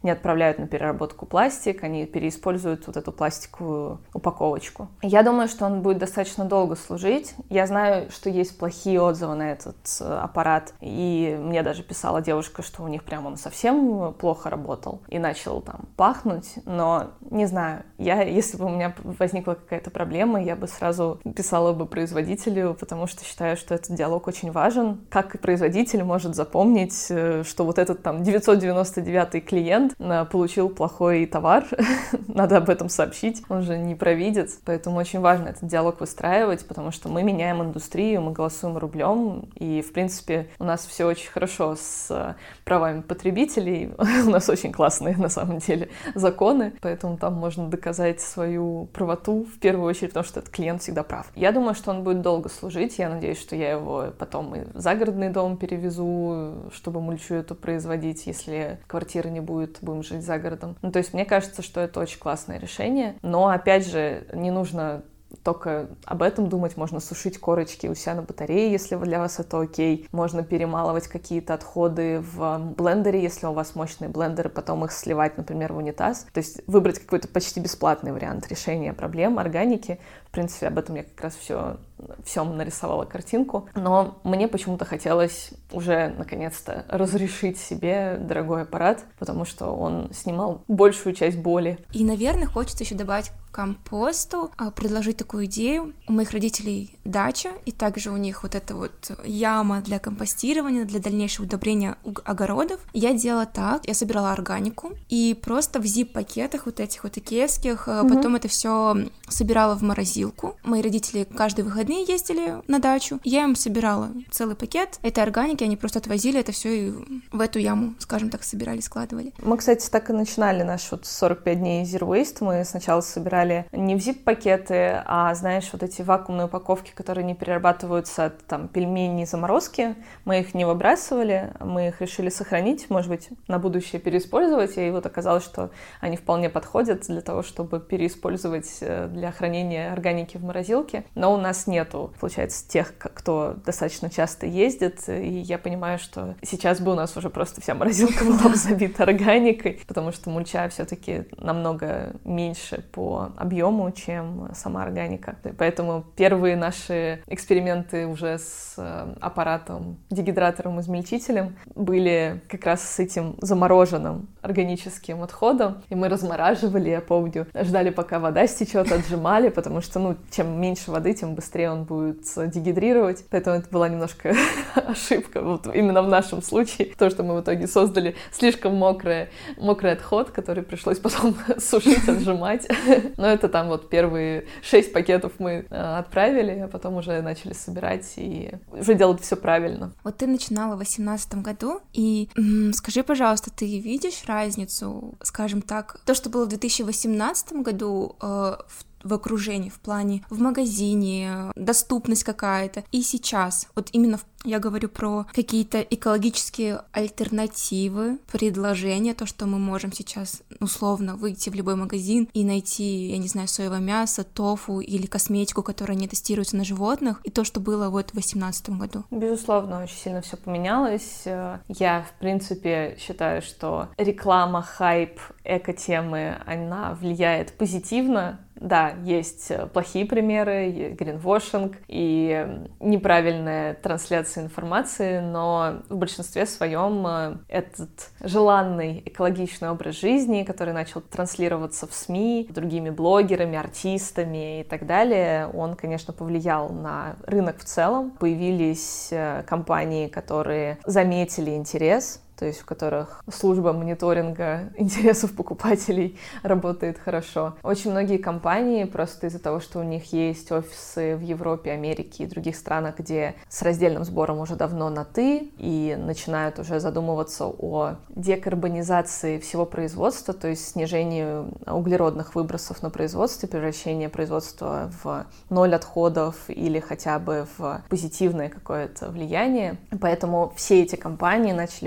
не отправляют на переработку пластик, они переиспользуют вот эту пластиковую упаковочку. Я думаю, что он будет достаточно долго служить. Я знаю, что есть плохие отзывы на этот аппарат, и мне даже писала девушка, что у них прям он совсем плохо работал и начал там пахнуть, но не знаю, если бы у меня возникла какая-то проблема, я бы сразу писала бы производителю, потому что считаю, что этот диалог очень важен. Как и производитель может запомнить, что вот этот там 999-й клиент получил плохой товар, надо об этом сообщить, он же не провидец, поэтому очень важно этот диалог выстраивать, потому что мы меняем индустрию, мы голосуем рублем, и, в принципе, у нас все очень хорошо с правами потребителей, у нас очень классные, на самом деле, законы, поэтому там можно доказать свою правоту, в первую очередь, потому что этот клиент всегда прав. Я думаю, что он будет долго служить, я надеюсь, что я его потом и в загородный дом перевезу, чтобы мульчу эту производить, если квартиры не будет, будем жить за городом. Ну, то есть мне кажется, что это очень классное решение, но, опять же, не нужно только об этом думать, можно сушить корочки у себя на батарее, если для вас это окей. Можно перемалывать какие-то отходы в блендере, если у вас мощные блендеры, потом их сливать, например, в унитаз. То есть выбрать какой-то почти бесплатный вариант решения проблем органики. В принципе, об этом я как раз всем нарисовала картинку. Но мне почему-то хотелось уже, наконец-то, разрешить себе дорогой аппарат, потому что он снимал большую часть боли. И, наверное, хочется еще добавить к компосту, предложить такую идею. У моих родителей дача, и также у них вот эта вот яма для компостирования, для дальнейшего удобрения огородов. Я делала так, я собирала органику, и просто в зип-пакетах вот этих вот икеевских, потом это все собирала в морозилку. Мои родители каждые выходные ездили на дачу, я им собирала целый пакет этой органики, они просто отвозили это все и в эту яму, скажем так, собирали, складывали. Мы, кстати, так и начинали наш вот 45 дней Zero Waste. Мы сначала собирали не в зип-пакеты, а, знаешь, вот эти вакуумные упаковки, которые не перерабатываются от там пельменей, заморозки. Мы их не выбрасывали, мы их решили сохранить, может быть, на будущее переиспользовать, и вот оказалось, что они вполне подходят для того, чтобы переиспользовать для хранения органики в морозилке. Но у нас нету, получается, тех, кто достаточно часто ездит, и я понимаю, что сейчас бы у нас уже просто вся морозилка была бы забита органикой, потому что мульча все-таки намного меньше по объему, чем сама органика. Поэтому первые наши эксперименты уже с аппаратом, дегидратором-измельчителем были как раз с этим замороженным органическим отходом, и мы размораживали, я помню, ждали, пока вода стечет, отжимали, потому что, чем меньше воды, тем быстрее он будет дегидрировать. Поэтому это была немножко ошибка, вот именно в нашем случае, то, что мы в итоге создали слишком мокрый отход, который пришлось потом сушить, отжимать. Но это там вот первые 6 пакетов мы отправили, а потом уже начали собирать и уже делать все правильно. Вот ты начинала в 2018 году, и скажи, пожалуйста, ты видишь разницу, скажем так, то, что было в 2018 году в окружении, в плане в магазине, доступность какая-то, и сейчас, вот именно я говорю про какие-то экологические альтернативы, предложения, то, что мы можем сейчас условно выйти в любой магазин и найти, я не знаю, соевое мясо, тофу или косметику, которая не тестируется на животных, и то, что было вот в 2018 году. Безусловно, очень сильно все поменялось. Я, в принципе, считаю, что реклама, хайп, эко-темы, она влияет позитивно. Да, есть плохие примеры, гринвошинг и неправильная трансляция информации, но в большинстве своем этот желанный экологичный образ жизни, который начал транслироваться в СМИ другими блогерами, артистами и так далее, он, конечно, повлиял на рынок в целом. Появились компании, которые заметили интерес, то есть в которых служба мониторинга интересов покупателей работает хорошо. Очень многие компании просто из-за того, что у них есть офисы в Европе, Америке и других странах, где с раздельным сбором уже давно на «ты», и начинают уже задумываться о декарбонизации всего производства, то есть снижению углеродных выбросов на производстве, превращение производства в 0 отходов или хотя бы в позитивное какое-то влияние. Поэтому все эти компании начали влиять на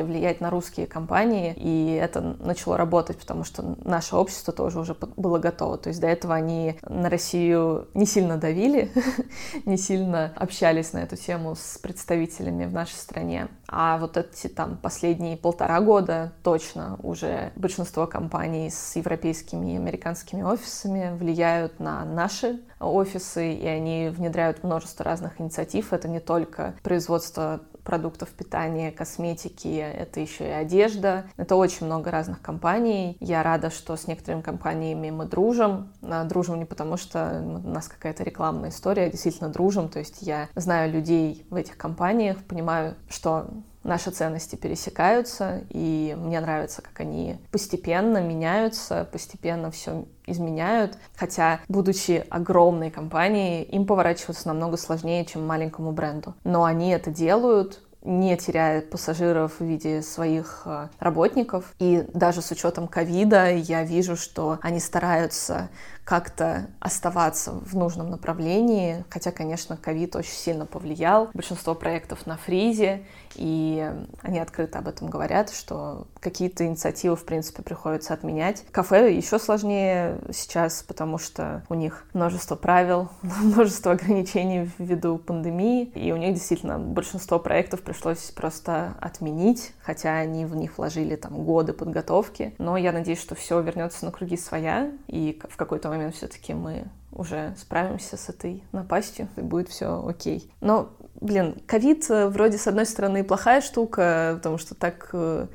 на русские компании, и это начало работать, потому что наше общество тоже уже было готово. То есть до этого они на Россию не сильно давили, не сильно общались на эту тему с представителями в нашей стране. А вот эти там последние 1,5 года точно уже большинство компаний с европейскими и американскими офисами влияют на наши офисы, и они внедряют множество разных инициатив. Это не только производство продуктов питания, косметики, это еще и одежда. Это очень много разных компаний. Я рада, что с некоторыми компаниями мы дружим. Дружим не потому, что у нас какая-то рекламная история, а действительно дружим. То есть я знаю людей в этих компаниях, понимаю, что наши ценности пересекаются, и мне нравится, как они постепенно меняются, постепенно все изменяют. Хотя, будучи огромной компанией, им поворачиваться намного сложнее, чем маленькому бренду. Но они это делают, не теряя пассажиров в виде своих работников. И даже с учетом ковида я вижу, что они стараются как-то оставаться в нужном направлении, хотя, конечно, ковид очень сильно повлиял. Большинство проектов на фризе, и они открыто об этом говорят, что какие-то инициативы, в принципе, приходится отменять. Кафе еще сложнее сейчас, потому что у них множество правил, множество ограничений ввиду пандемии, и у них действительно большинство проектов пришлось просто отменить, хотя они в них вложили там годы подготовки. Но я надеюсь, что все вернется на круги своя, и в какой-то момент все-таки мы уже справимся с этой напастью, и будет все окей. Но, ковид вроде с одной стороны плохая штука, потому что так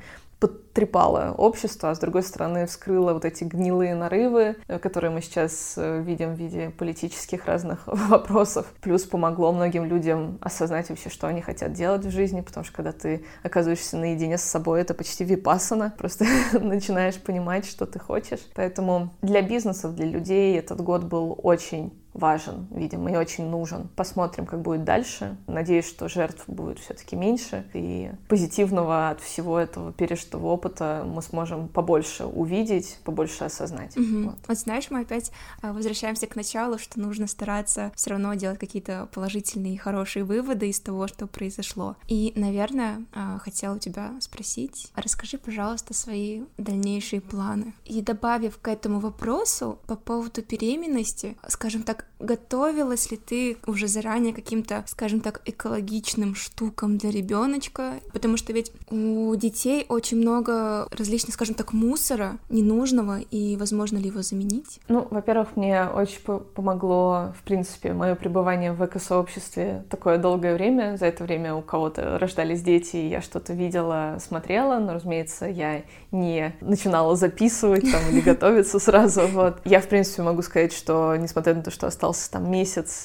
потрепало общество, а с другой стороны вскрыло вот эти гнилые нарывы, которые мы сейчас видим в виде политических разных вопросов. Плюс помогло многим людям осознать вообще, что они хотят делать в жизни, потому что когда ты оказываешься наедине с собой, это почти випассана, просто начинаешь понимать, что ты хочешь. Поэтому для бизнесов, для людей этот год был очень важен, видимо, и очень нужен. Посмотрим, как будет дальше. Надеюсь, что жертв будет все-таки меньше, и позитивного от всего этого пережитого опыта мы сможем побольше увидеть, побольше осознать. Вот знаешь, мы опять возвращаемся к началу, что нужно стараться все равно делать какие-то положительные и хорошие выводы из того, что произошло. И, наверное, хотела у тебя спросить, расскажи, пожалуйста, свои дальнейшие планы. И добавив к этому вопросу по поводу беременности, скажем так, готовилась ли ты уже заранее к каким-то, скажем так, экологичным штукам для ребеночка? Потому что ведь у детей очень много различных, скажем так, мусора ненужного, и возможно ли его заменить? Во-первых, мне очень помогло, в принципе, мое пребывание в экосообществе такое долгое время. За это время у кого-то рождались дети, и я что-то видела, смотрела, но, разумеется, я не начинала записывать там или готовиться сразу. Я, в принципе, могу сказать, что, несмотря на то, что остался там месяц,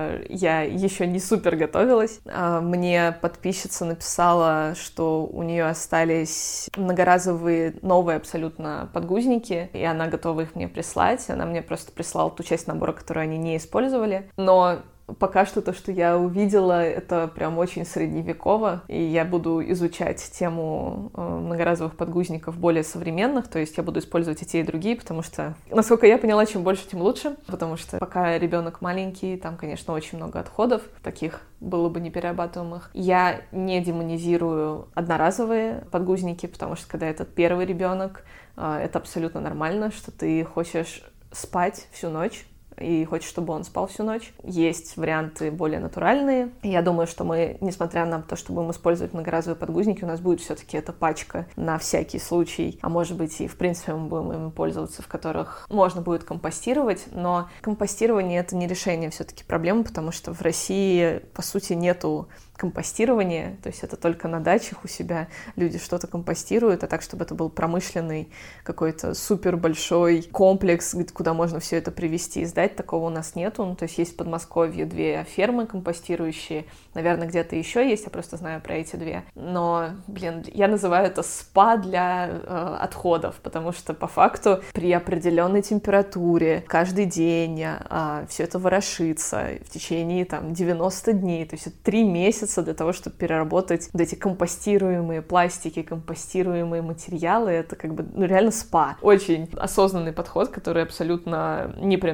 я еще не супер готовилась. Мне подписчица написала, что у нее остались многоразовые новые абсолютно подгузники, и она готова их мне прислать. Она мне просто прислала ту часть набора, которую они не использовали. Но пока что то, что я увидела, это прям очень средневеково, и я буду изучать тему многоразовых подгузников более современных, то есть я буду использовать и те, и другие, потому что, насколько я поняла, чем больше, тем лучше, потому что пока ребенок маленький, там, конечно, очень много отходов, таких было бы неперерабатываемых. Я не демонизирую одноразовые подгузники, потому что когда этот первый ребенок, это абсолютно нормально, что ты хочешь спать всю ночь, и хочет, чтобы он спал всю ночь. Есть варианты более натуральные. Я думаю, что мы, несмотря на то, что будем использовать многоразовые подгузники, у нас будет все-таки эта пачка на всякий случай, а может быть и в принципе мы будем ими пользоваться, в которых можно будет компостировать, но компостирование — это не решение все-таки проблемы, потому что в России, по сути, нету компостирования, то есть это только на дачах у себя люди что-то компостируют, а так, чтобы это был промышленный какой-то супер большой комплекс, куда можно все это привезти и сдать, такого у нас нету. То есть есть в Подмосковье 2 фермы компостирующие, наверное, где-то еще есть, я просто знаю про эти 2. Но, я называю это спа для отходов, потому что по факту при определенной температуре каждый день все это ворошится в течение 90 дней, то есть это 3 месяца для того, чтобы переработать вот эти компостируемые пластики, компостируемые материалы. Это реально спа. Очень осознанный подход, который абсолютно не приносит денег,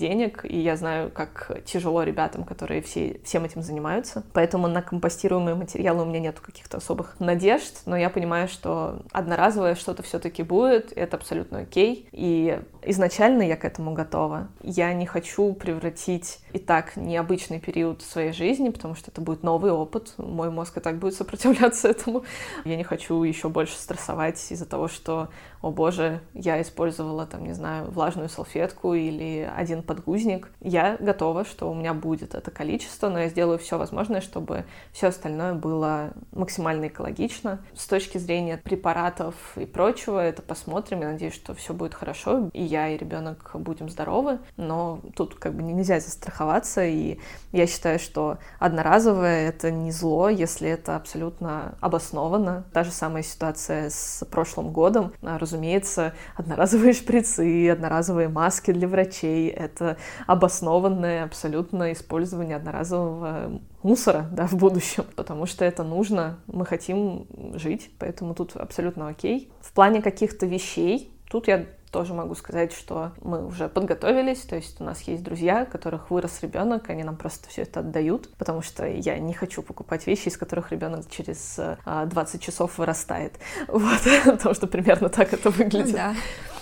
денег, и я знаю, как тяжело ребятам, которые всем этим занимаются. Поэтому на компостируемые материалы у меня нету каких-то особых надежд, но я понимаю, что одноразовое что-то все-таки будет, и это абсолютно окей. И изначально я к этому готова. Я не хочу превратить и так необычный период своей жизни, потому что это будет новый опыт. Мой мозг и так будет сопротивляться этому. Я не хочу еще больше стрессовать из-за того, что, о боже, я использовала, там, не знаю, влажную салфетку или один подгузник. Я готова, что у меня будет это количество, но я сделаю все возможное, чтобы все остальное было максимально экологично. С точки зрения препаратов и прочего, это посмотрим. Я надеюсь, что все будет хорошо, и я, и ребенок будем здоровы, но тут как бы нельзя застраховаться, и я считаю, что одноразовое — это не зло, если это абсолютно обоснованно. Та же самая ситуация с прошлым годом. Разумеется, одноразовые шприцы, одноразовые маски для врачей — это обоснованное абсолютно использование одноразового мусора, да, в будущем, потому что это нужно, мы хотим жить, поэтому тут абсолютно окей. В плане каких-то вещей, тут я тоже могу сказать, что мы уже подготовились, то есть у нас есть друзья, у которых вырос ребенок, они нам просто все это отдают, потому что я не хочу покупать вещи, из которых ребенок через 20 часов вырастает. Вот, потому что примерно так это выглядит. Да.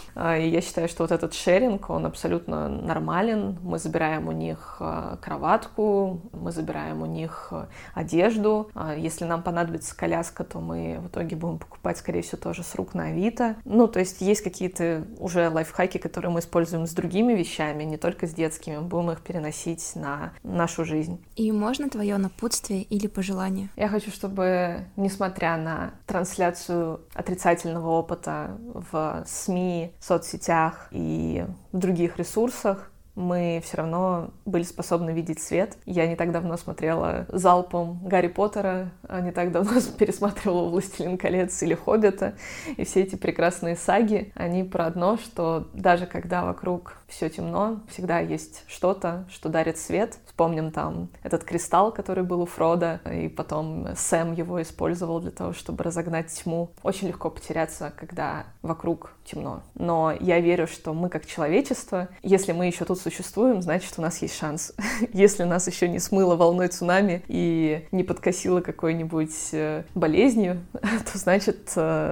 И я считаю, что вот этот шеринг, он абсолютно нормален. Мы забираем у них кроватку, мы забираем у них одежду. Если нам понадобится коляска, то мы в итоге будем покупать, скорее всего, тоже с рук на Авито. Ну, то есть есть какие-то уже лайфхаки, которые мы используем с другими вещами, не только с детскими. Мы будем их переносить на нашу жизнь. И можно твое напутствие или пожелание? Я хочу, чтобы, несмотря на трансляцию отрицательного опыта в СМИ, соцсетях и в других ресурсах, мы все равно были способны видеть свет. Я не так давно смотрела залпом Гарри Поттера, не так давно пересматривала «Властелин колец» или «Хоббита», и все эти прекрасные саги, они про одно, что даже когда вокруг все темно, всегда есть что-то, что дарит свет. Вспомним там этот кристалл, который был у Фродо, и потом Сэм его использовал для того, чтобы разогнать тьму. Очень легко потеряться, когда вокруг темно. Но я верю, что мы как человечество, если мы еще тут существуем, значит, у нас есть шанс. Если нас еще не смыло волной цунами и не подкосило какой-нибудь болезнью, то значит,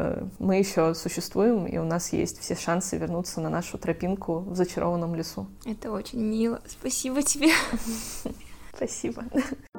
мы еще существуем, и у нас есть все шансы вернуться на нашу тропинку в зачарованном лесу. Это очень мило. Спасибо тебе. Спасибо.